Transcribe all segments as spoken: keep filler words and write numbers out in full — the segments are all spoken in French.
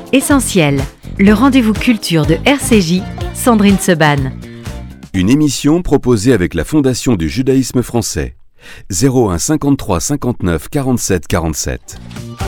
Essentiel, le rendez-vous culture de R C J, Sandrine Seban. Une émission proposée avec la Fondation du judaïsme français. zéro un cinquante-trois cinquante-neuf quarante-sept quarante-sept.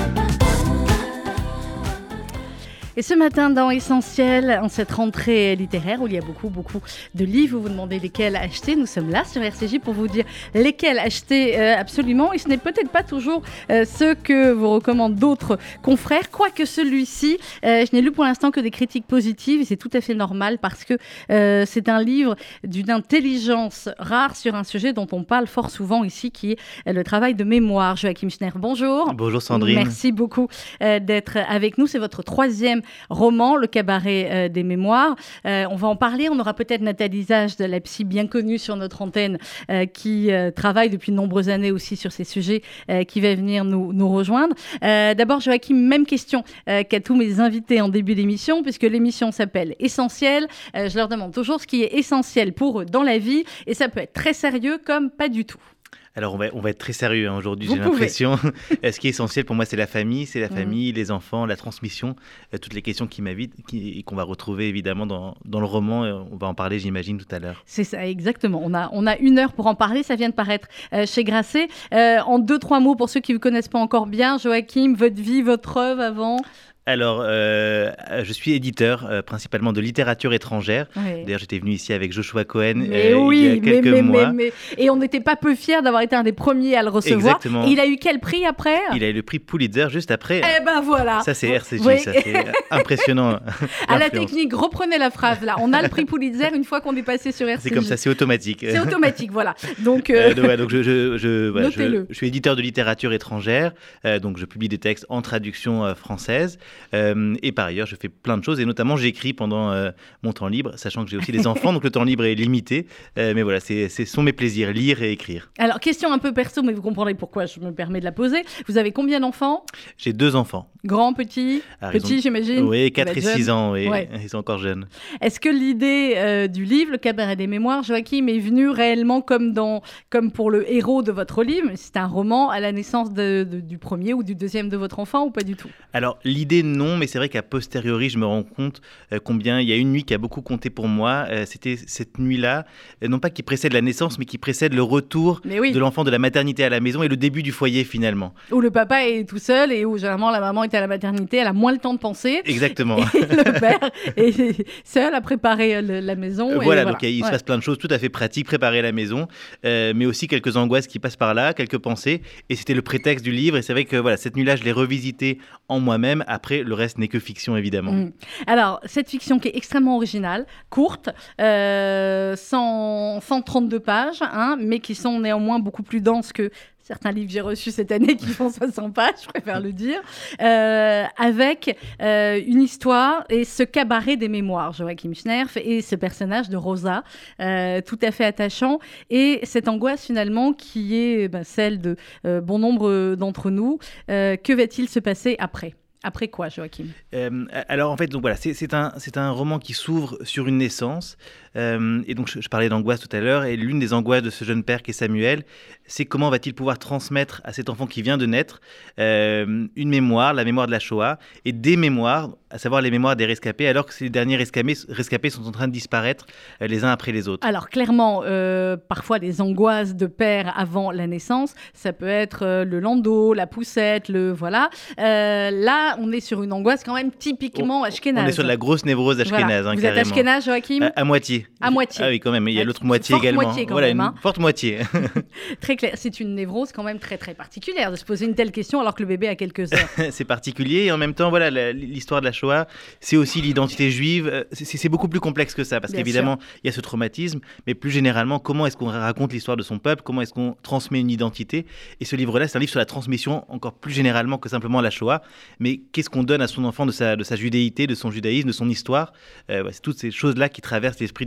Et ce matin, dans Essentiel, en cette rentrée littéraire où il y a beaucoup, beaucoup de livres, vous vous demandez lesquels acheter. Nous sommes là sur R C J pour vous dire lesquels acheter euh, absolument. Et ce n'est peut-être pas toujours euh, ceux que vous recommandent d'autres confrères, quoique celui-ci, euh, je n'ai lu pour l'instant que des critiques positives. Et c'est tout à fait normal parce que euh, c'est un livre d'une intelligence rare sur un sujet dont on parle fort souvent ici, qui est le travail de mémoire. Joachim Schner, bonjour. Bonjour Sandrine. Merci beaucoup euh, d'être avec nous. C'est votre troisième roman, Le cabaret euh, des mémoires. Euh, on va en parler. On aura peut-être Nathalie Zage, de la psy bien connue sur notre antenne, euh, qui euh, travaille depuis de nombreuses années aussi sur ces sujets, euh, qui va venir nous, nous rejoindre. Euh, d'abord, Joachim, même question euh, qu'à tous mes invités en début d'émission, puisque l'émission s'appelle Essentiel. Euh, je leur demande toujours ce qui est essentiel pour eux dans la vie, et ça peut être très sérieux comme pas du tout. Alors, on va, on va être très sérieux hein, aujourd'hui, Vous j'ai pouvez. l'impression. Ce qui est essentiel pour moi, c'est la famille, c'est la famille, mmh. les enfants, la transmission, euh, toutes les questions qui m'habitent qui, qu'on va retrouver évidemment dans, dans le roman. Euh, on va en parler, j'imagine, tout à l'heure. C'est ça, exactement. On a, on a une heure pour en parler. Ça vient de paraître euh, chez Grasset. Euh, en deux, trois mots, pour ceux qui ne vous connaissent pas encore bien, Joachim, votre vie, votre œuvre avant. Alors, euh, je suis éditeur euh, principalement de littérature étrangère. Oui. D'ailleurs, j'étais venu ici avec Joshua Cohen mais euh, oui, il y a quelques mais, mais, mois. Mais, mais, et on n'était pas peu fiers d'avoir été un des premiers à le recevoir. Exactement. Et il a eu quel prix après ? Il a eu le prix Pulitzer juste après. Eh ben voilà. Ça, c'est R C J, oui. ça, c'est impressionnant. À la technique, reprenez la phrase là. On a le prix Pulitzer une fois qu'on est passé sur R C J. C'est comme ça, c'est automatique. C'est automatique, voilà. Donc, euh... Euh, donc, ouais, donc je, je, je, voilà, notez-le. Je, je suis éditeur de littérature étrangère, euh, donc je publie des textes en traduction euh, française. Euh, et par ailleurs, je fais plein de choses, et notamment j'écris pendant euh, mon temps libre, sachant que j'ai aussi des enfants, donc le temps libre est limité. Euh, mais voilà, c'est, ce sont mes plaisirs, lire et écrire. Alors, question un peu perso, mais vous comprendrez pourquoi je me permets de la poser. Vous avez combien d'enfants ? J'ai deux enfants. Grands, petits ? Ah, Petits, ont... j'imagine ? Oui, quatre et six jeunes. ans, oui. Ouais. Ils sont encore jeunes. Est-ce que l'idée euh, du livre, Le cabaret des mémoires, Joachim, est venue réellement comme, dans, comme pour le héros de votre livre ? C'est un roman à la naissance de, de, du premier ou du deuxième de votre enfant, ou pas du tout ? Alors, l'idée, non, mais c'est vrai qu'à posteriori, je me rends compte euh, combien il y a une nuit qui a beaucoup compté pour moi. Euh, c'était cette nuit-là, euh, non pas qui précède la naissance, mais qui précède le retour oui. de l'enfant de la maternité à la maison et le début du foyer, finalement. Où le papa est tout seul et où, généralement, la maman est à la maternité, elle a moins le temps de penser. Exactement. Et le père est seul à préparer le, la maison. Euh, et voilà, voilà, donc il ouais. se passe plein de choses tout à fait pratiques, préparer la maison, euh, mais aussi quelques angoisses qui passent par là, quelques pensées. Et c'était le prétexte du livre. Et c'est vrai que voilà, cette nuit-là, je l'ai revisité en moi-même. Après, le reste n'est que fiction, évidemment. Mmh. Alors, cette fiction qui est extrêmement originale, courte, euh, cent, cent trente-deux pages, hein, mais qui sont néanmoins beaucoup plus denses que certains livres que j'ai reçus cette année qui font soixante pages, je préfère le dire, euh, avec euh, une histoire et ce cabaret des mémoires, Joachim Schnerf, et ce personnage de Rosa, euh, tout à fait attachant, et cette angoisse finalement qui est ben, celle de euh, bon nombre d'entre nous. Euh, que va-t-il se passer après ? Après quoi, Joachim ? euh, Alors en fait, donc voilà, c'est, c'est, un, c'est un roman qui s'ouvre sur une naissance. Euh, et donc je, je parlais d'angoisse tout à l'heure. Et l'une des angoisses de ce jeune père qui est Samuel, c'est comment va-t-il pouvoir transmettre à cet enfant qui vient de naître euh, une mémoire, la mémoire de la Shoah, et des mémoires, à savoir les mémoires des rescapés, alors que ces derniers rescapés, rescapés sont en train de disparaître euh, les uns après les autres. Alors clairement, euh, parfois les angoisses de père avant la naissance, ça peut être euh, le landau, la poussette, le voilà. Euh, là, on est sur une angoisse quand même typiquement ashkénaze. On est sur de la grosse névrose ashkénaze. Voilà. Hein, Vous carrément. êtes ashkénaze, Joachim ? à, à moitié. À moitié. Ah oui, quand même. Il y a l'autre moitié forte également. Moitié quand voilà, même, une hein. forte moitié. Très clair. C'est une névrose quand même très très particulière de se poser une telle question alors que le bébé a quelques heures. C'est particulier et en même temps, voilà, la, l'histoire de la Shoah, c'est aussi l'identité juive. C'est, c'est beaucoup plus complexe que ça parce Bien qu'évidemment, sûr. il y a ce traumatisme, mais plus généralement, comment est-ce qu'on raconte l'histoire de son peuple ? Comment est-ce qu'on transmet une identité ? Et ce livre-là, c'est un livre sur la transmission encore plus généralement que simplement la Shoah. Mais qu'est-ce qu'on donne à son enfant de sa, de sa judéité, de son judaïsme, de son histoire ? euh, ouais, C'est toutes ces choses-là qui traversent l'esprit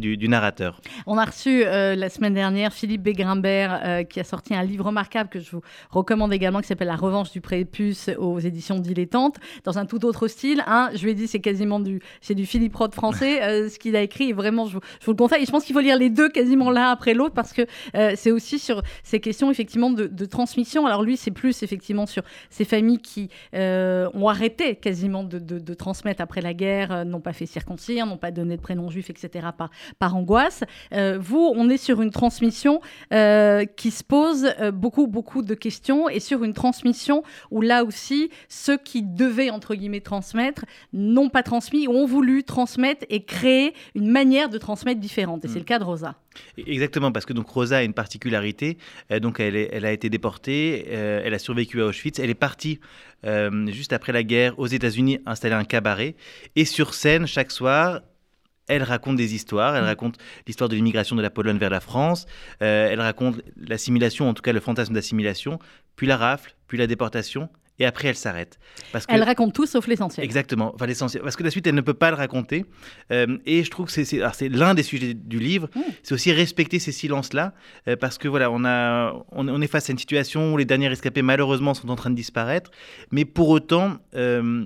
du, du narrateur. On a reçu euh, la semaine dernière Philippe Begrimbert euh, qui a sorti un livre remarquable que je vous recommande également qui s'appelle La revanche du prépuce aux éditions Dilettante, dans un tout autre style. Hein, je lui ai dit c'est quasiment du, c'est du Philippe Roth français. Euh, ce qu'il a écrit, et vraiment, je vous, je vous le conseille. Et je pense qu'il faut lire les deux quasiment l'un après l'autre parce que euh, c'est aussi sur ces questions effectivement de, de transmission. Alors lui, c'est plus effectivement sur ces familles qui euh, ont arrêté quasiment de, de, de transmettre après la guerre, euh, n'ont pas fait circoncire, n'ont pas donné de prénom juif, et cetera par, par angoisse. Euh, vous, on est sur une transmission euh, qui se pose euh, beaucoup, beaucoup de questions et sur une transmission où là aussi, ceux qui devaient, entre guillemets, transmettre n'ont pas transmis ou ont voulu transmettre et créer une manière de transmettre différente. Et c'est mmh. le cas de Rosa. Exactement, parce que donc Rosa a une particularité. Euh, donc elle, est, elle a été déportée, euh, elle a survécu à Auschwitz. Elle est partie euh, juste après la guerre aux États-Unis installer un cabaret. Et sur scène, chaque soir, elle raconte des histoires. Elle raconte l'histoire de l'immigration de la Pologne vers la France. Euh, elle raconte l'assimilation, en tout cas le fantasme d'assimilation, puis la rafle, puis la déportation. Et après, elle s'arrête. Parce que... Elle raconte tout sauf l'essentiel. Exactement. Enfin, l'essentiel. Parce que la suite, elle ne peut pas le raconter. Euh, et je trouve que c'est, c'est, alors, c'est l'un des sujets du livre. Mmh. C'est aussi respecter ces silences-là. Euh, parce que voilà, on, a, on, on est face à une situation où les derniers rescapés, malheureusement, sont en train de disparaître. Mais pour autant, euh,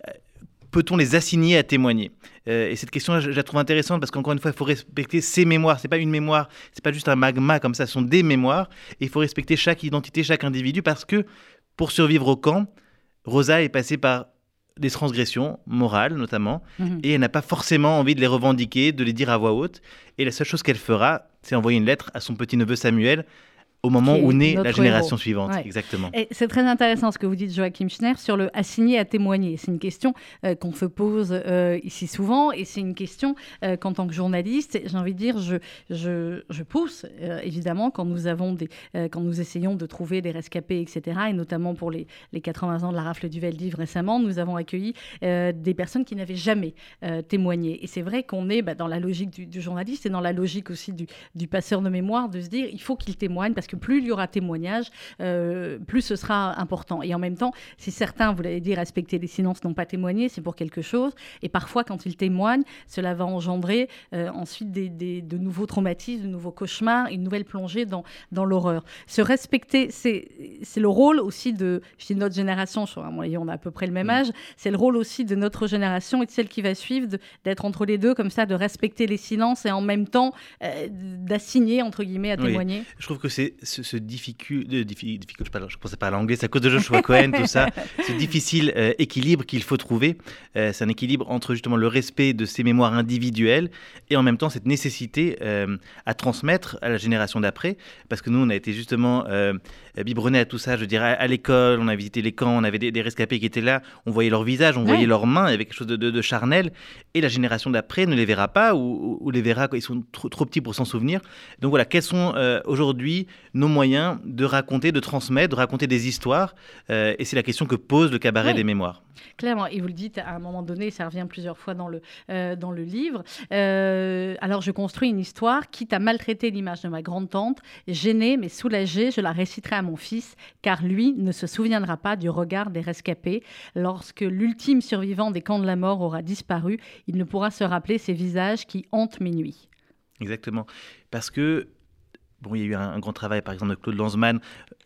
peut-on les assigner à témoigner ? euh, Et cette question, je, je la trouve intéressante parce qu'encore une fois, il faut respecter ces mémoires. Ce n'est pas une mémoire, ce n'est pas juste un magma comme ça, ce sont des mémoires. Et il faut respecter chaque identité, chaque individu parce que pour survivre au camp, Rosa est passée par des transgressions morales notamment, mmh. et elle n'a pas forcément envie de les revendiquer, de les dire à voix haute. Et la seule chose qu'elle fera, c'est envoyer une lettre à son petit-neveu Samuel, au moment où naît la génération héros. suivante. Ouais. Exactement. Et c'est très intéressant ce que vous dites, Joachim Schner, sur le assigner à témoigner. C'est une question euh, qu'on se pose euh, ici souvent, et c'est une question euh, qu'en tant que journaliste, j'ai envie de dire, je, je, je pousse, euh, évidemment, quand nous, avons des, euh, quand nous essayons de trouver des rescapés, et cetera, et notamment pour les, les quatre-vingts ans de la rafle du Veldiv récemment, nous avons accueilli euh, des personnes qui n'avaient jamais euh, témoigné. Et c'est vrai qu'on est bah, dans la logique du, du journaliste et dans la logique aussi du, du passeur de mémoire, de se dire, il faut qu'il témoigne, parce que plus il y aura témoignage, euh, plus ce sera important. Et en même temps, si certains, vous l'avez dit, respecter les silences, n'ont pas témoigné, c'est pour quelque chose. Et parfois, quand ils témoignent, cela va engendrer euh, ensuite des, des, de nouveaux traumatismes, de nouveaux cauchemars, une nouvelle plongée dans, dans l'horreur. Se respecter, c'est, c'est le rôle aussi de, je dis notre génération, je, on a à peu près le même âge, c'est le rôle aussi de notre génération et de celle qui va suivre, de, d'être entre les deux, comme ça, de respecter les silences et en même temps euh, d'assigner, entre guillemets, à témoigner. Oui. Je trouve que c'est ce, ce difficile, de, difficile, difficile je, parle, je pensais parler anglais, c'est à cause de Joshua Cohen, tout ça, ce difficile euh, équilibre qu'il faut trouver. Euh, c'est un équilibre entre justement le respect de ces mémoires individuelles et en même temps cette nécessité euh, à transmettre à la génération d'après, parce que nous, on a été justement euh, biberonnés à tout ça, je dirais, à, à l'école, on a visité les camps, on avait des, des rescapés qui étaient là, on voyait leur visage, on ouais. voyait leurs mains, il y avait quelque chose de, de, de charnel, et la génération d'après ne les verra pas ou, ou les verra quand ils sont trop, trop petits pour s'en souvenir. Donc voilà, quels sont euh, aujourd'hui nos moyens de raconter, de transmettre, de raconter des histoires, euh, et c'est la question que pose le cabaret oui. des mémoires. Clairement, et vous le dites à un moment donné, ça revient plusieurs fois dans le, euh, dans le livre. Euh, alors je construis une histoire, quitte à maltraiter l'image de ma grande-tante, gênée mais soulagée, je la réciterai à mon fils, car lui ne se souviendra pas du regard des rescapés. Lorsque l'ultime survivant des camps de la mort aura disparu, il ne pourra se rappeler ces visages qui hantent mes nuits. Exactement, parce que bon, il y a eu un, un grand travail, par exemple, de Claude Lanzmann.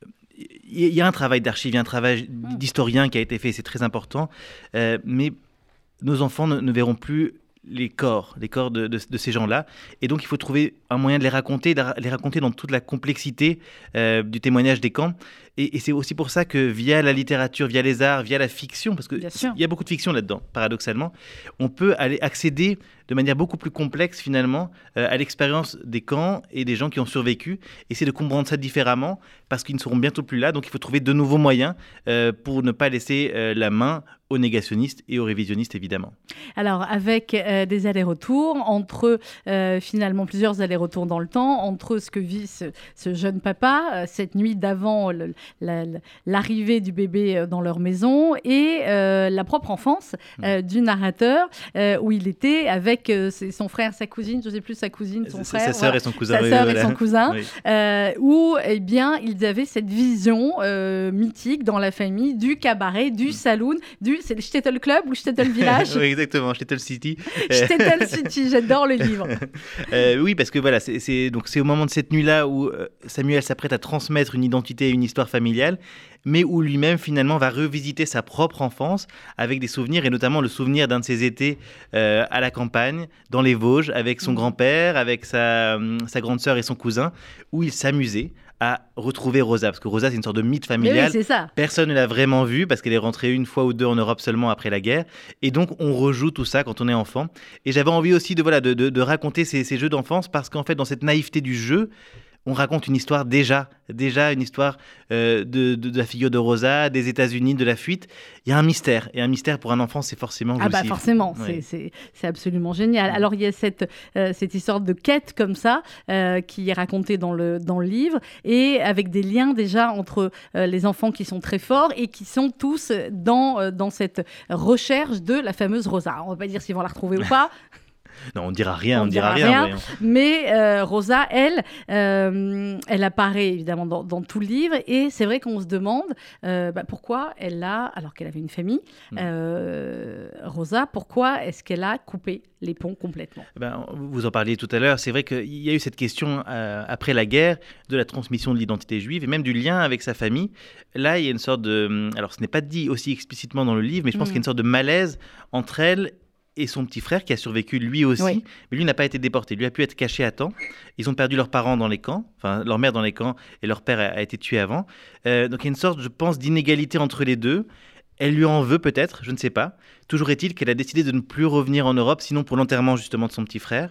Il y a un travail d'archive, il y a un travail d'historien qui a été fait, c'est très important. Euh, mais nos enfants ne, ne verront plus les corps, les corps de, de, de ces gens-là. Et donc, il faut trouver un moyen de les raconter, de les raconter dans toute la complexité euh, du témoignage des camps. Et, et c'est aussi pour ça que via la littérature, via les arts, via la fiction, parce qu'il y a beaucoup de fiction là-dedans, paradoxalement, on peut aller accéder de manière beaucoup plus complexe, finalement, euh, à l'expérience des camps et des gens qui ont survécu. Essayer de comprendre ça différemment, parce qu'ils ne seront bientôt plus là. Donc, il faut trouver de nouveaux moyens euh, pour ne pas laisser euh, la main aux négationnistes et aux révisionnistes, évidemment. Alors, avec euh, des allers-retours, entre euh, finalement plusieurs allers-retours dans le temps, entre ce que vit ce, ce jeune papa, euh, cette nuit d'avant le, la, la, l'arrivée du bébé dans leur maison et euh, la propre enfance euh, du narrateur euh, où il était avec euh, son frère, sa cousine, je ne sais plus sa cousine, son sa, frère, sa sœur voilà, et son cousin, sa oui, sœur voilà. et son cousin, oui. euh, où eh bien ils avaient cette vision euh, mythique dans la famille du cabaret, du mm. saloon, du c'est le Shtetl Club ou Shtetl Village. Oui, exactement, Shtetl City. Shtetl City, j'adore le livre. euh, oui, parce que voilà, c'est, c'est donc c'est au moment de cette nuit-là où euh, Samuel s'apprête à transmettre une identité et une histoire familiale, mais où lui-même finalement va revisiter sa propre enfance avec des souvenirs, et notamment le souvenir d'un de ses étés euh, à la campagne, dans les Vosges, avec son mmh. grand-père, avec sa, sa grande sœur et son cousin, où il s'amusait à retrouver Rosa, parce que Rosa c'est une sorte de mythe familial. Oui, c'est ça. Personne ne l'a vraiment vue parce qu'elle est rentrée une fois ou deux en Europe seulement après la guerre, et donc on rejoue tout ça quand on est enfant. Et j'avais envie aussi de voilà de, de, de raconter ces, ces jeux d'enfance, parce qu'en fait dans cette naïveté du jeu, on raconte une histoire déjà, déjà une histoire euh, de, de, de la figure de Rosa, des États-Unis, de la fuite. Il y a un mystère, et un mystère pour un enfant, c'est forcément jouissif. Ah bah forcément, ouais. c'est, c'est, c'est absolument génial. Alors il y a cette, euh, cette histoire de quête comme ça, euh, qui est racontée dans le, dans le livre, et avec des liens déjà entre euh, les enfants qui sont très forts, et qui sont tous dans, euh, dans cette recherche de la fameuse Rosa. On ne va pas dire s'ils vont la retrouver ou pas. Non, on ne dira rien, on, on ne dira, dira rien. rien mais euh, Rosa, elle, euh, elle apparaît évidemment dans, dans tout le livre, et c'est vrai qu'on se demande euh, bah, pourquoi elle a, alors qu'elle avait une famille, mmh. euh, Rosa, pourquoi est-ce qu'elle a coupé les ponts complètement ? Ben, vous en parliez tout à l'heure, c'est vrai qu'il y a eu cette question euh, après la guerre de la transmission de l'identité juive et même du lien avec sa famille. Là, il y a une sorte de... Alors, ce n'est pas dit aussi explicitement dans le livre, mais je pense mmh. qu'il y a une sorte de malaise entre elle et son petit frère qui a survécu lui aussi, oui. mais lui n'a pas été déporté, lui a pu être caché à temps. Ils ont perdu leurs parents dans les camps, enfin leur mère dans les camps, et leur père a, a été tué avant. Euh, donc il y a une sorte, je pense, d'inégalité entre les deux. Elle lui en veut peut-être, je ne sais pas. Toujours est-il qu'elle a décidé de ne plus revenir en Europe, sinon pour l'enterrement justement de son petit frère,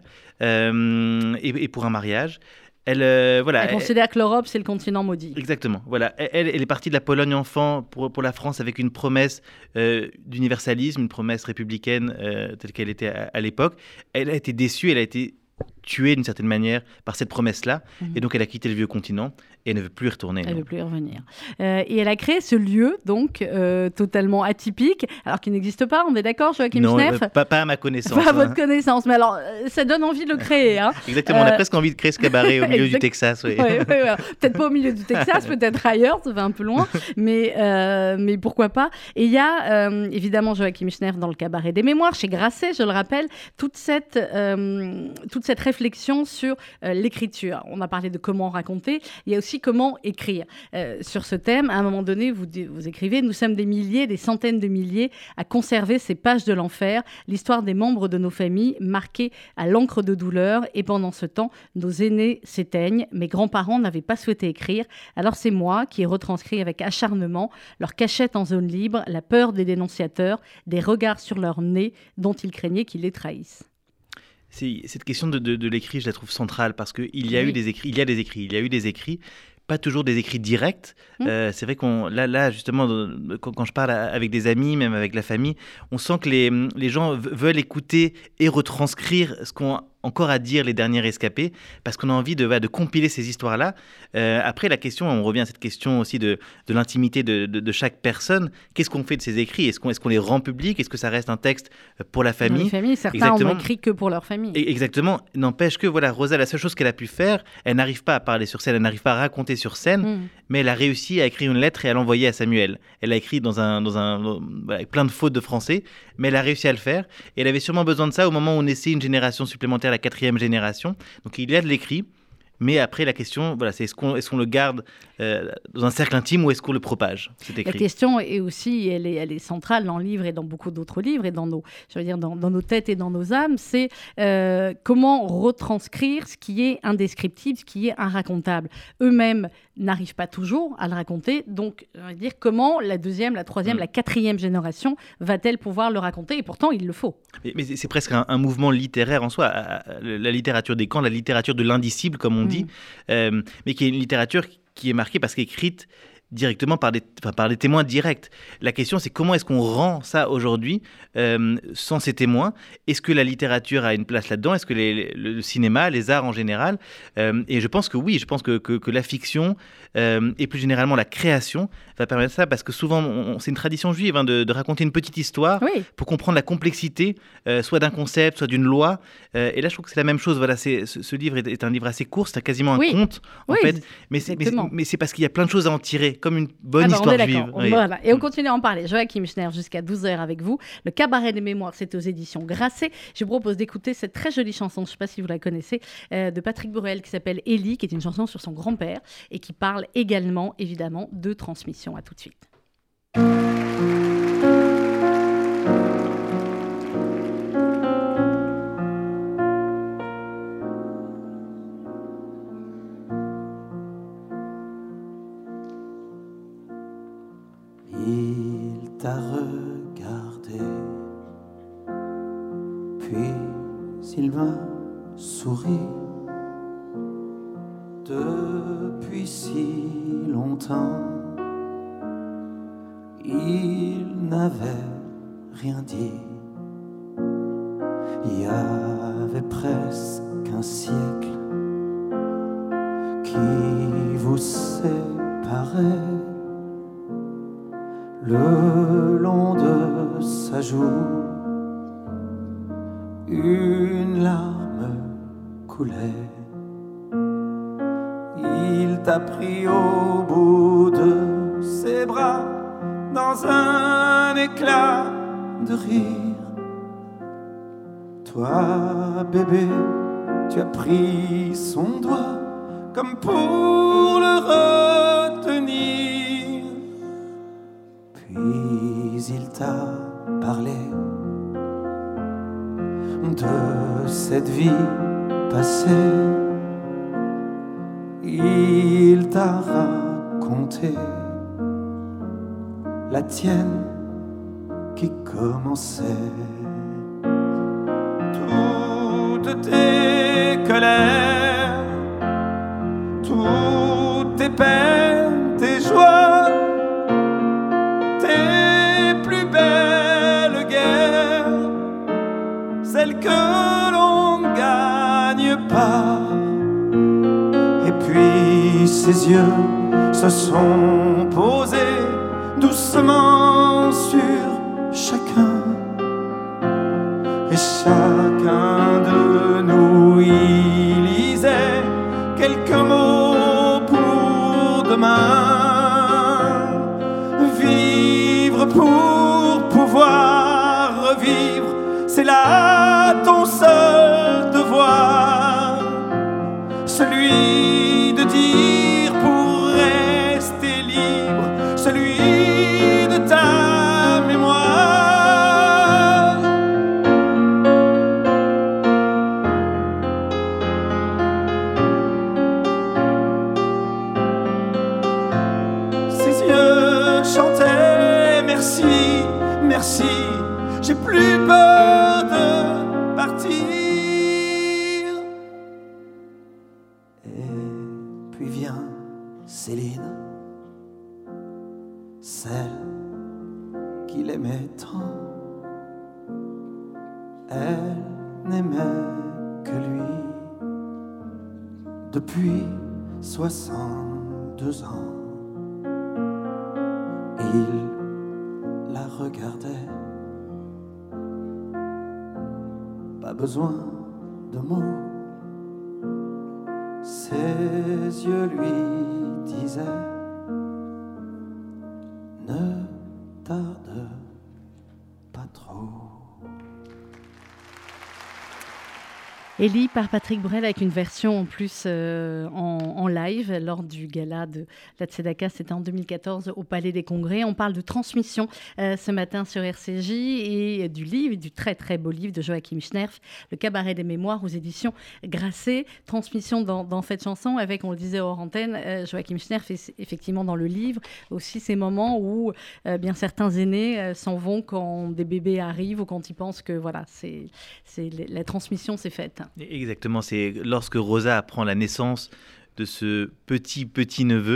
euh, et, et pour un mariage. Elle, euh, voilà, elle considère que l'Europe, c'est le continent maudit. Exactement. Voilà. Elle, elle est partie de la Pologne enfant pour, pour la France avec une promesse euh, d'universalisme, une promesse républicaine euh, telle qu'elle était à, à l'époque. Elle a été déçue, elle a été tuée d'une certaine manière par cette promesse-là. Mmh. Et donc, elle a quitté le vieux continent et elle ne veut plus y retourner. Elle ne veut plus y revenir. Euh, et elle a créé ce lieu, donc, euh, totalement atypique, alors qu'il n'existe pas, on est d'accord, Joachim Non, Schneef ? euh, pas, pas à ma connaissance. Pas à hein. votre connaissance, mais alors, ça donne envie de le créer. Hein. Exactement, on a euh... presque envie de créer ce cabaret au milieu exact... du Texas. Oui. Ouais, ouais, ouais. Peut-être pas au milieu du Texas, peut-être ailleurs, ça va un peu loin, mais, euh, mais pourquoi pas. Et il y a, euh, évidemment, Joachim Schneef dans le cabaret des mémoires, chez Grasset, je le rappelle, toute cette, euh, toute cette réflexion sur euh, l'écriture. On a parlé de comment raconter, il y a aussi comment écrire. Euh, sur ce thème, à un moment donné, vous, vous écrivez « Nous sommes des milliers, des centaines de milliers à conserver ces pages de l'enfer, l'histoire des membres de nos familles marquées à l'encre de douleur, et pendant ce temps, nos aînés s'éteignent. Mes grands-parents n'avaient pas souhaité écrire, alors c'est moi qui ai retranscrit avec acharnement leur cachette en zone libre, la peur des dénonciateurs, des regards sur leur nez dont ils craignaient qu'ils les trahissent. » C'est, cette question de, de, de l'écrit, je la trouve centrale, parce qu'il y a oui. eu des écrits, il y a des écrits, il y a eu des écrits, pas toujours des écrits directs. Mmh. Euh, c'est vrai qu'on là, là justement, quand, quand je parle avec des amis, même avec la famille, on sent que les, les gens veulent écouter et retranscrire ce qu'on encore à dire les derniers rescapés, parce qu'on a envie de, de compiler ces histoires-là. Euh, après, la question, on revient à cette question aussi de, de l'intimité de, de, de chaque personne. Qu'est-ce qu'on fait de ces écrits ? Est-ce qu'on, est-ce qu'on les rend publics ? Est-ce que ça reste un texte pour la famille ? Les familles, certains ont écrit que pour leur famille. Exactement. N'empêche que, voilà, Rosa, la seule chose qu'elle a pu faire, elle n'arrive pas à parler sur scène, elle n'arrive pas à raconter sur scène, mmh. mais elle a réussi à écrire une lettre et à l'envoyer à Samuel. Elle l'a écrit dans un, dans un, dans, avec plein de fautes de français, mais elle a réussi à le faire. Et elle avait sûrement besoin de ça au moment où on essaie une génération supplémentaire, la quatrième génération. Donc il y a de l'écrit, mais après la question, voilà, c'est est-ce qu'on, est-ce qu'on le garde euh, dans un cercle intime ou est-ce qu'on le propage, cet écrit ? La question est aussi, elle est, elle est centrale dans le livre et dans beaucoup d'autres livres et dans nos, je veux dire, dans, dans nos têtes et dans nos âmes, c'est euh, comment retranscrire ce qui est indescriptible, ce qui est inracontable. Eux-mêmes n'arrivent pas toujours à le raconter, donc je veux dire, comment la deuxième, la troisième, mmh. la quatrième génération va-t-elle pouvoir le raconter ? Et pourtant, il le faut. Mais, mais c'est presque un, un mouvement littéraire en soi, la littérature des camps, la littérature de l'indicible, comme on dit, mmh. euh, mais qui est une littérature qui est marquée parce qu'écrite directement par des, enfin, par des témoins directs. La question, c'est comment est-ce qu'on rend ça aujourd'hui euh, sans ces témoins? Est-ce que la littérature a une place là-dedans? Est-ce que les, les, le cinéma, les arts en général euh, Et je pense que oui, je pense que, que, que la fiction euh, et plus généralement la création va permettre ça, parce que souvent, on, c'est une tradition juive hein, de, de raconter une petite histoire Oui. pour comprendre la complexité, euh, soit d'un concept, soit d'une loi. Euh, et là, je trouve que c'est la même chose. Voilà, c'est, ce, ce livre est, est un livre assez court, c'est quasiment un Oui. conte, en Oui, fait. Mais c'est, mais, mais c'est parce qu'il y a plein de choses à en tirer, comme une bonne Ah bah, histoire on est juive. d'accord. Oui. Voilà. Et on continue à en parler. Joachim Schnerf jusqu'à douze heures avec vous. Le Cabaret des Mémoires, c'est aux éditions Grasset. Je vous propose d'écouter cette très jolie chanson, je ne sais pas si vous la connaissez, euh, de Patrick Bruel qui s'appelle Élie, qui est une chanson sur son grand-père et qui parle également, évidemment, de transmission. À tout de suite. Il t'a regardé, puis il m'a souri. Depuis si longtemps, il n'avait rien dit. Il y avait presque un siècle qui vous séparait. Le long de sa joue, une larme coulait. Il t'a pris au bout de ses bras dans un éclat de rire. Toi, bébé, tu as pris son doigt comme pour le retenir. Puis il t'a parlé de cette vie passée. Il t'a raconté la tienne qui commençait. Toutes tes colères, toutes tes peines, tes joies, tes plus belles guerres, celles que l'on ne gagne pas. Et puis ses yeux se sont posés doucement sur chacun. Et chacun de nous y lisait quelques mots pour demain. Vivre pour pouvoir revivre, c'est là ton seul devoir. Celui de dire pour rester libre, celui de ta mémoire. Ses yeux chantaient merci, merci, j'ai plus peur de partir. Céline, celle qu'il aimait tant, elle n'aimait que lui depuis soixante-deux ans. Il la regardait, pas besoin de mots. Ses yeux lui disaient: ne tarde pas trop. Élie par Patrick Bruel avec une version en plus euh, en, en live lors du gala de la Tzedaka, c'était en deux mille quatorze au Palais des Congrès. On parle de transmission euh, ce matin sur R C J et du livre, du très très beau livre de Joachim Schnerf, Le Cabaret des Mémoires aux éditions Grasset. Transmission dans, dans cette chanson avec, on le disait hors antenne, euh, Joachim Schnerf est effectivement dans le livre aussi ces moments où euh, bien certains aînés euh, s'en vont quand des bébés arrivent ou quand ils pensent que voilà, c'est, c'est, la transmission s'est faite. Exactement, c'est lorsque Rosa apprend la naissance de ce petit petit neveu,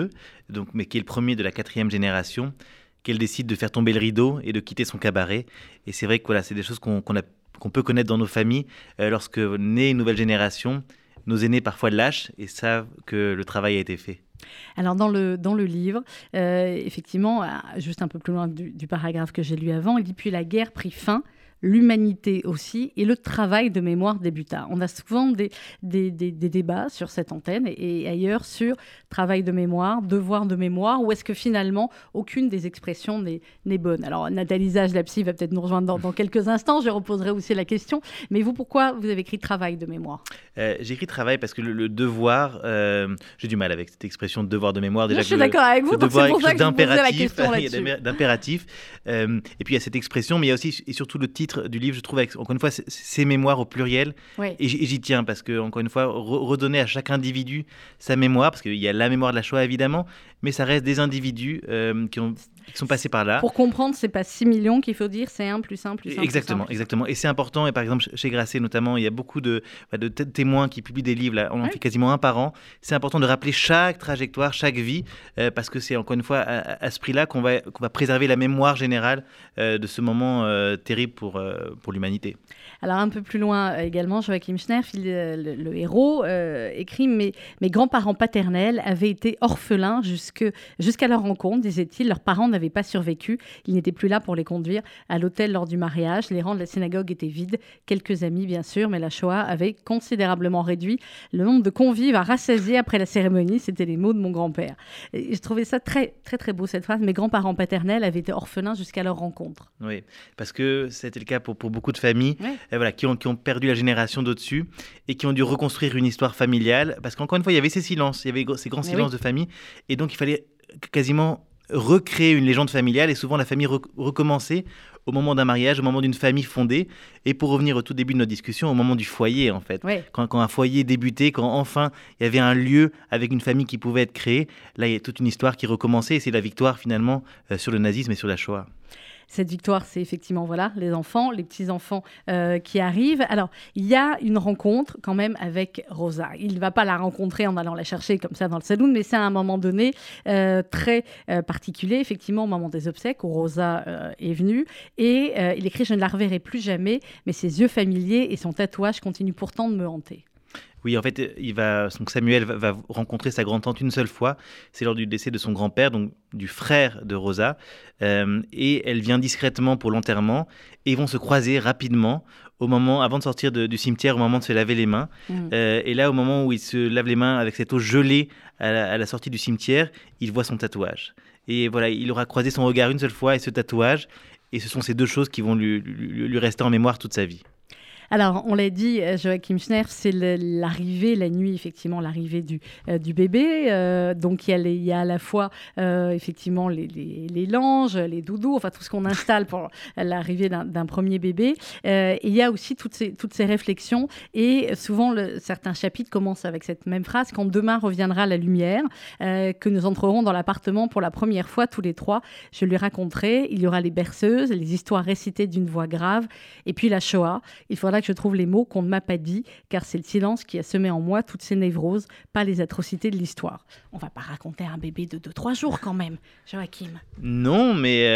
donc, mais qui est le premier de la quatrième génération, qu'elle décide de faire tomber le rideau et de quitter son cabaret. Et c'est vrai que voilà, c'est des choses qu'on, qu'on, a, qu'on peut connaître dans nos familles. Euh, lorsque naît une nouvelle génération, nos aînés parfois lâchent et savent que le travail a été fait. Alors dans le, dans le livre, euh, effectivement, juste un peu plus loin du, du paragraphe que j'ai lu avant, il dit « Puis la guerre prit fin ». L'humanité aussi, et le travail de mémoire débuta. On a souvent des, des, des, des débats sur cette antenne et, et ailleurs sur travail de mémoire, devoir de mémoire, ou est-ce que finalement aucune des expressions n'est, n'est bonne. Alors Nathalie Zage, la psy, va peut-être nous rejoindre dans, dans quelques instants, je reposerai aussi la question, mais vous, pourquoi vous avez écrit travail de mémoire ? euh, J'ai écrit travail parce que le, le devoir, euh, j'ai du mal avec cette expression de devoir de mémoire. Déjà, je suis d'accord avec vous, donc c'est pour ça que je vous posais la question là-dessus. Il y a d'impératif, euh, et puis il y a cette expression, mais il y a aussi et surtout le titre du livre, je trouve, avec, encore une fois, ces mémoires au pluriel. Oui. Et, j'y, et j'y tiens parce que, encore une fois, re- redonner à chaque individu sa mémoire, parce qu'il y a la mémoire de la Shoah, évidemment, mais ça reste des individus euh, qui, ont, qui sont passés par là. Pour comprendre, c'est pas six millions qu'il faut dire, c'est un plus un plus un. Exactement, plus un. exactement. Et c'est important. Et par exemple, chez Grasset, notamment, il y a beaucoup de, de t- témoins qui publient des livres. Là, on en oui. fait quasiment un par an. C'est important de rappeler chaque trajectoire, chaque vie, euh, parce que c'est encore une fois à, à ce prix-là qu'on va, qu'on va préserver la mémoire générale euh, de ce moment euh, terrible pour, euh, pour l'humanité. Alors un peu plus loin euh, également, Joachim Schnerf, il, le, le, le héros, euh, écrit mes, « Mes grands-parents paternels avaient été orphelins jusque, jusqu'à leur rencontre, disait-il. Leurs parents n'avaient pas survécu. Ils n'étaient plus là pour les conduire à l'hôtel lors du mariage. Les rangs de la synagogue étaient vides. Quelques amis, bien sûr, mais la Shoah avait considérablement réduit le nombre de convives à rassasier après la cérémonie. » C'était les mots de mon grand-père. Et je trouvais ça très, très, très beau, cette phrase. « Mes grands-parents paternels avaient été orphelins jusqu'à leur rencontre. » Oui, parce que c'était le cas pour, pour beaucoup de familles. Oui. Et voilà, qui ont, qui ont perdu la génération d'au-dessus et qui ont dû reconstruire une histoire familiale. Parce qu'encore une fois, il y avait ces silences, il y avait ces grands Mais silences oui. de famille. Et donc, il fallait quasiment recréer une légende familiale et souvent la famille re- recommencer au moment d'un mariage, au moment d'une famille fondée. Et pour revenir au tout début de notre discussion, au moment du foyer, en fait. Oui. Quand, quand un foyer débutait, quand enfin il y avait un lieu avec une famille qui pouvait être créée, là, il y a toute une histoire qui recommençait et c'est la victoire finalement euh, sur le nazisme et sur la Shoah. Cette victoire, c'est effectivement voilà, les enfants, les petits-enfants euh, qui arrivent. Alors, il y a une rencontre quand même avec Rosa. Il ne va pas la rencontrer en allant la chercher comme ça dans le saloon, mais c'est à un moment donné euh, très euh, particulier, effectivement, au moment des obsèques, où Rosa euh, est venue. Et euh, il écrit « Je ne la reverrai plus jamais, mais ses yeux familiers et son tatouage continuent pourtant de me hanter. » Oui, en fait, il va, donc Samuel va, va rencontrer sa grand-tante une seule fois. C'est lors du décès de son grand-père, donc du frère de Rosa. Euh, et elle vient discrètement pour l'enterrement. Et ils vont se croiser rapidement au moment, avant de sortir de, du cimetière, au moment de se laver les mains. Mmh. Euh, et là, au moment où il se lave les mains avec cette eau gelée à la, à la sortie du cimetière, il voit son tatouage. Et voilà, il aura croisé son regard une seule fois et ce tatouage. Et ce sont ces deux choses qui vont lui, lui, lui rester en mémoire toute sa vie. Alors, on l'a dit, Joachim Schnerf, c'est le, l'arrivée, la nuit, effectivement, l'arrivée du, euh, du bébé. Euh, donc, il y, a les, il y a à la fois, euh, effectivement, les, les, les langes, les doudous, enfin, tout ce qu'on installe pour l'arrivée d'un, d'un premier bébé. Euh, et il y a aussi toutes ces, toutes ces réflexions. Et souvent, le, certains chapitres commencent avec cette même phrase, « Quand demain reviendra la lumière, euh, que nous entrerons dans l'appartement pour la première fois, tous les trois, je lui raconterai, il y aura les berceuses, les histoires récitées d'une voix grave, et puis la Shoah. Il faudra que je trouve les mots qu'on ne m'a pas dit, car c'est le silence qui a semé en moi toutes ces névroses, pas les atrocités de l'histoire. » On va pas raconter un bébé de deux trois jours quand même, Joachim. Non, mais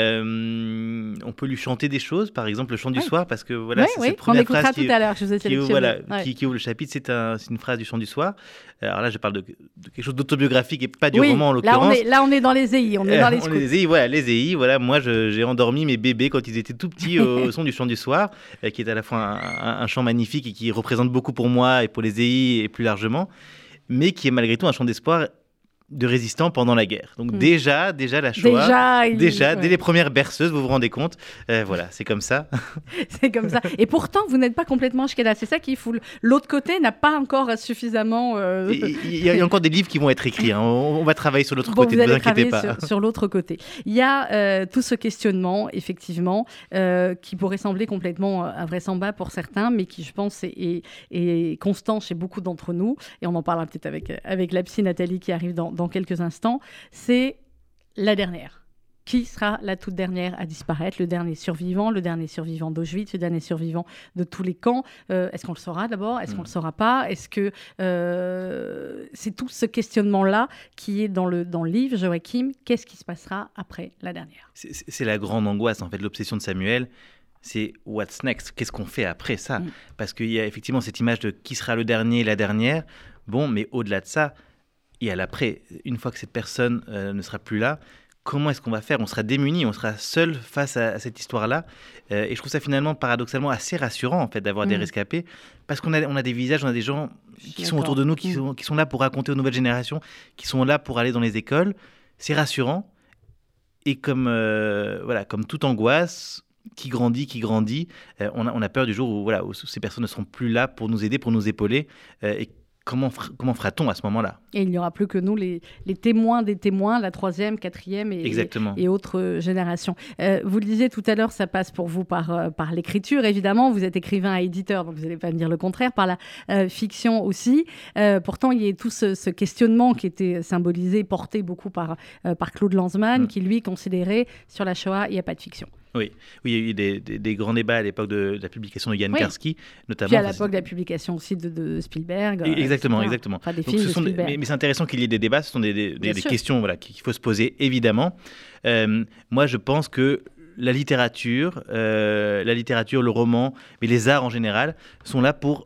euh, on peut lui chanter des choses, par exemple le chant du ouais. soir, parce que voilà, oui, c'est oui, cette première phrase tout qui, à l'heure, je vous ai qui, voilà, ouais. qui, qui ouvre le chapitre, c'est, un, c'est une phrase du chant du soir. Alors là, je parle de, de quelque chose d'autobiographique et pas du oui, roman en l'occurrence. Là, on est, là, on est dans les E I, on est euh, dans les scouts. Les E I, voilà, les E I, voilà. Moi, je, j'ai endormi mes bébés quand ils étaient tout petits au, au son du chant du soir, euh, qui est à la fois un, un, un chant magnifique et qui représente beaucoup pour moi et pour les E I et plus largement, mais qui est malgré tout un chant d'espoir de résistants pendant la guerre. Donc mmh. déjà, déjà la Shoah, déjà, il... déjà ouais. dès les premières berceuses, vous vous rendez compte, euh, voilà, c'est comme ça. C'est comme ça. Et pourtant, vous n'êtes pas complètement Shkeda. C'est ça qui fout. L'autre côté n'a pas encore suffisamment... Euh... Il y, y a encore des livres qui vont être écrits. Hein. On, on va travailler sur l'autre bon, côté, ne vous inquiétez pas. Sur, sur l'autre côté. Il y a euh, tout ce questionnement, effectivement, euh, qui pourrait sembler complètement invraisemblable pour certains, mais qui, je pense, est, est, est constant chez beaucoup d'entre nous. Et on en parlera peut-être avec, avec la psy Nathalie qui arrive dans dans quelques instants, c'est la dernière. Qui sera la toute dernière à disparaître, le dernier survivant, le dernier survivant d'Auschwitz, le dernier survivant de tous les camps. Euh, est-ce qu'on le saura d'abord? Est-ce mmh. qu'on ne le saura pas? Est-ce que euh, c'est tout ce questionnement-là qui est dans le, dans le livre, Joachim? Qu'est-ce qui se passera après la dernière? c'est, c'est la grande angoisse, en fait, l'obsession de Samuel. C'est what's next? Qu'est-ce qu'on fait après ça? mmh. Parce qu'il y a effectivement cette image de qui sera le dernier, la dernière. Bon, mais au-delà de ça, il y a l'après. Une fois que cette personne euh, ne sera plus là, comment est-ce qu'on va faire? On sera démunis, on sera seul face à, à cette histoire-là. Euh, et je trouve ça finalement, paradoxalement, assez rassurant en fait, d'avoir mmh. des rescapés. Parce qu'on a, on a des visages, on a des gens qui sont autour de nous, qui, mmh. sont, qui sont là pour raconter aux nouvelles générations, qui sont là pour aller dans les écoles. C'est rassurant. Et comme, euh, voilà, comme toute angoisse qui grandit, qui grandit, euh, on, a, on a peur du jour où, voilà, où ces personnes ne seront plus là pour nous aider, pour nous épauler. Euh, et Comment, fera, comment fera-t-on à ce moment-là? Et il n'y aura plus que nous, les, les témoins des témoins, la troisième, quatrième et, et, et autres générations. Euh, vous le disiez tout à l'heure, ça passe pour vous par, euh, par l'écriture, évidemment. Vous êtes écrivain et éditeur, donc vous n'allez pas me dire le contraire, par la euh, fiction aussi. Euh, pourtant, il y a tout ce, ce questionnement qui était symbolisé, porté beaucoup par, euh, par Claude Lanzmann, mmh. qui lui considérait sur la Shoah, il n'y a pas de fiction. Oui. oui, il y a eu des, des, des grands débats à l'époque de, de la publication de Jan oui. Karski, notamment. Puis à l'époque de la publication aussi de, de Spielberg. Exactement, euh, exactement. Enfin, des Donc, films ce de sont des, mais, mais c'est intéressant qu'il y ait des débats, ce sont des, des, des, des questions voilà, qu'il faut se poser, évidemment. Euh, moi, je pense que la littérature, euh, la littérature, le roman, mais les arts en général, sont là pour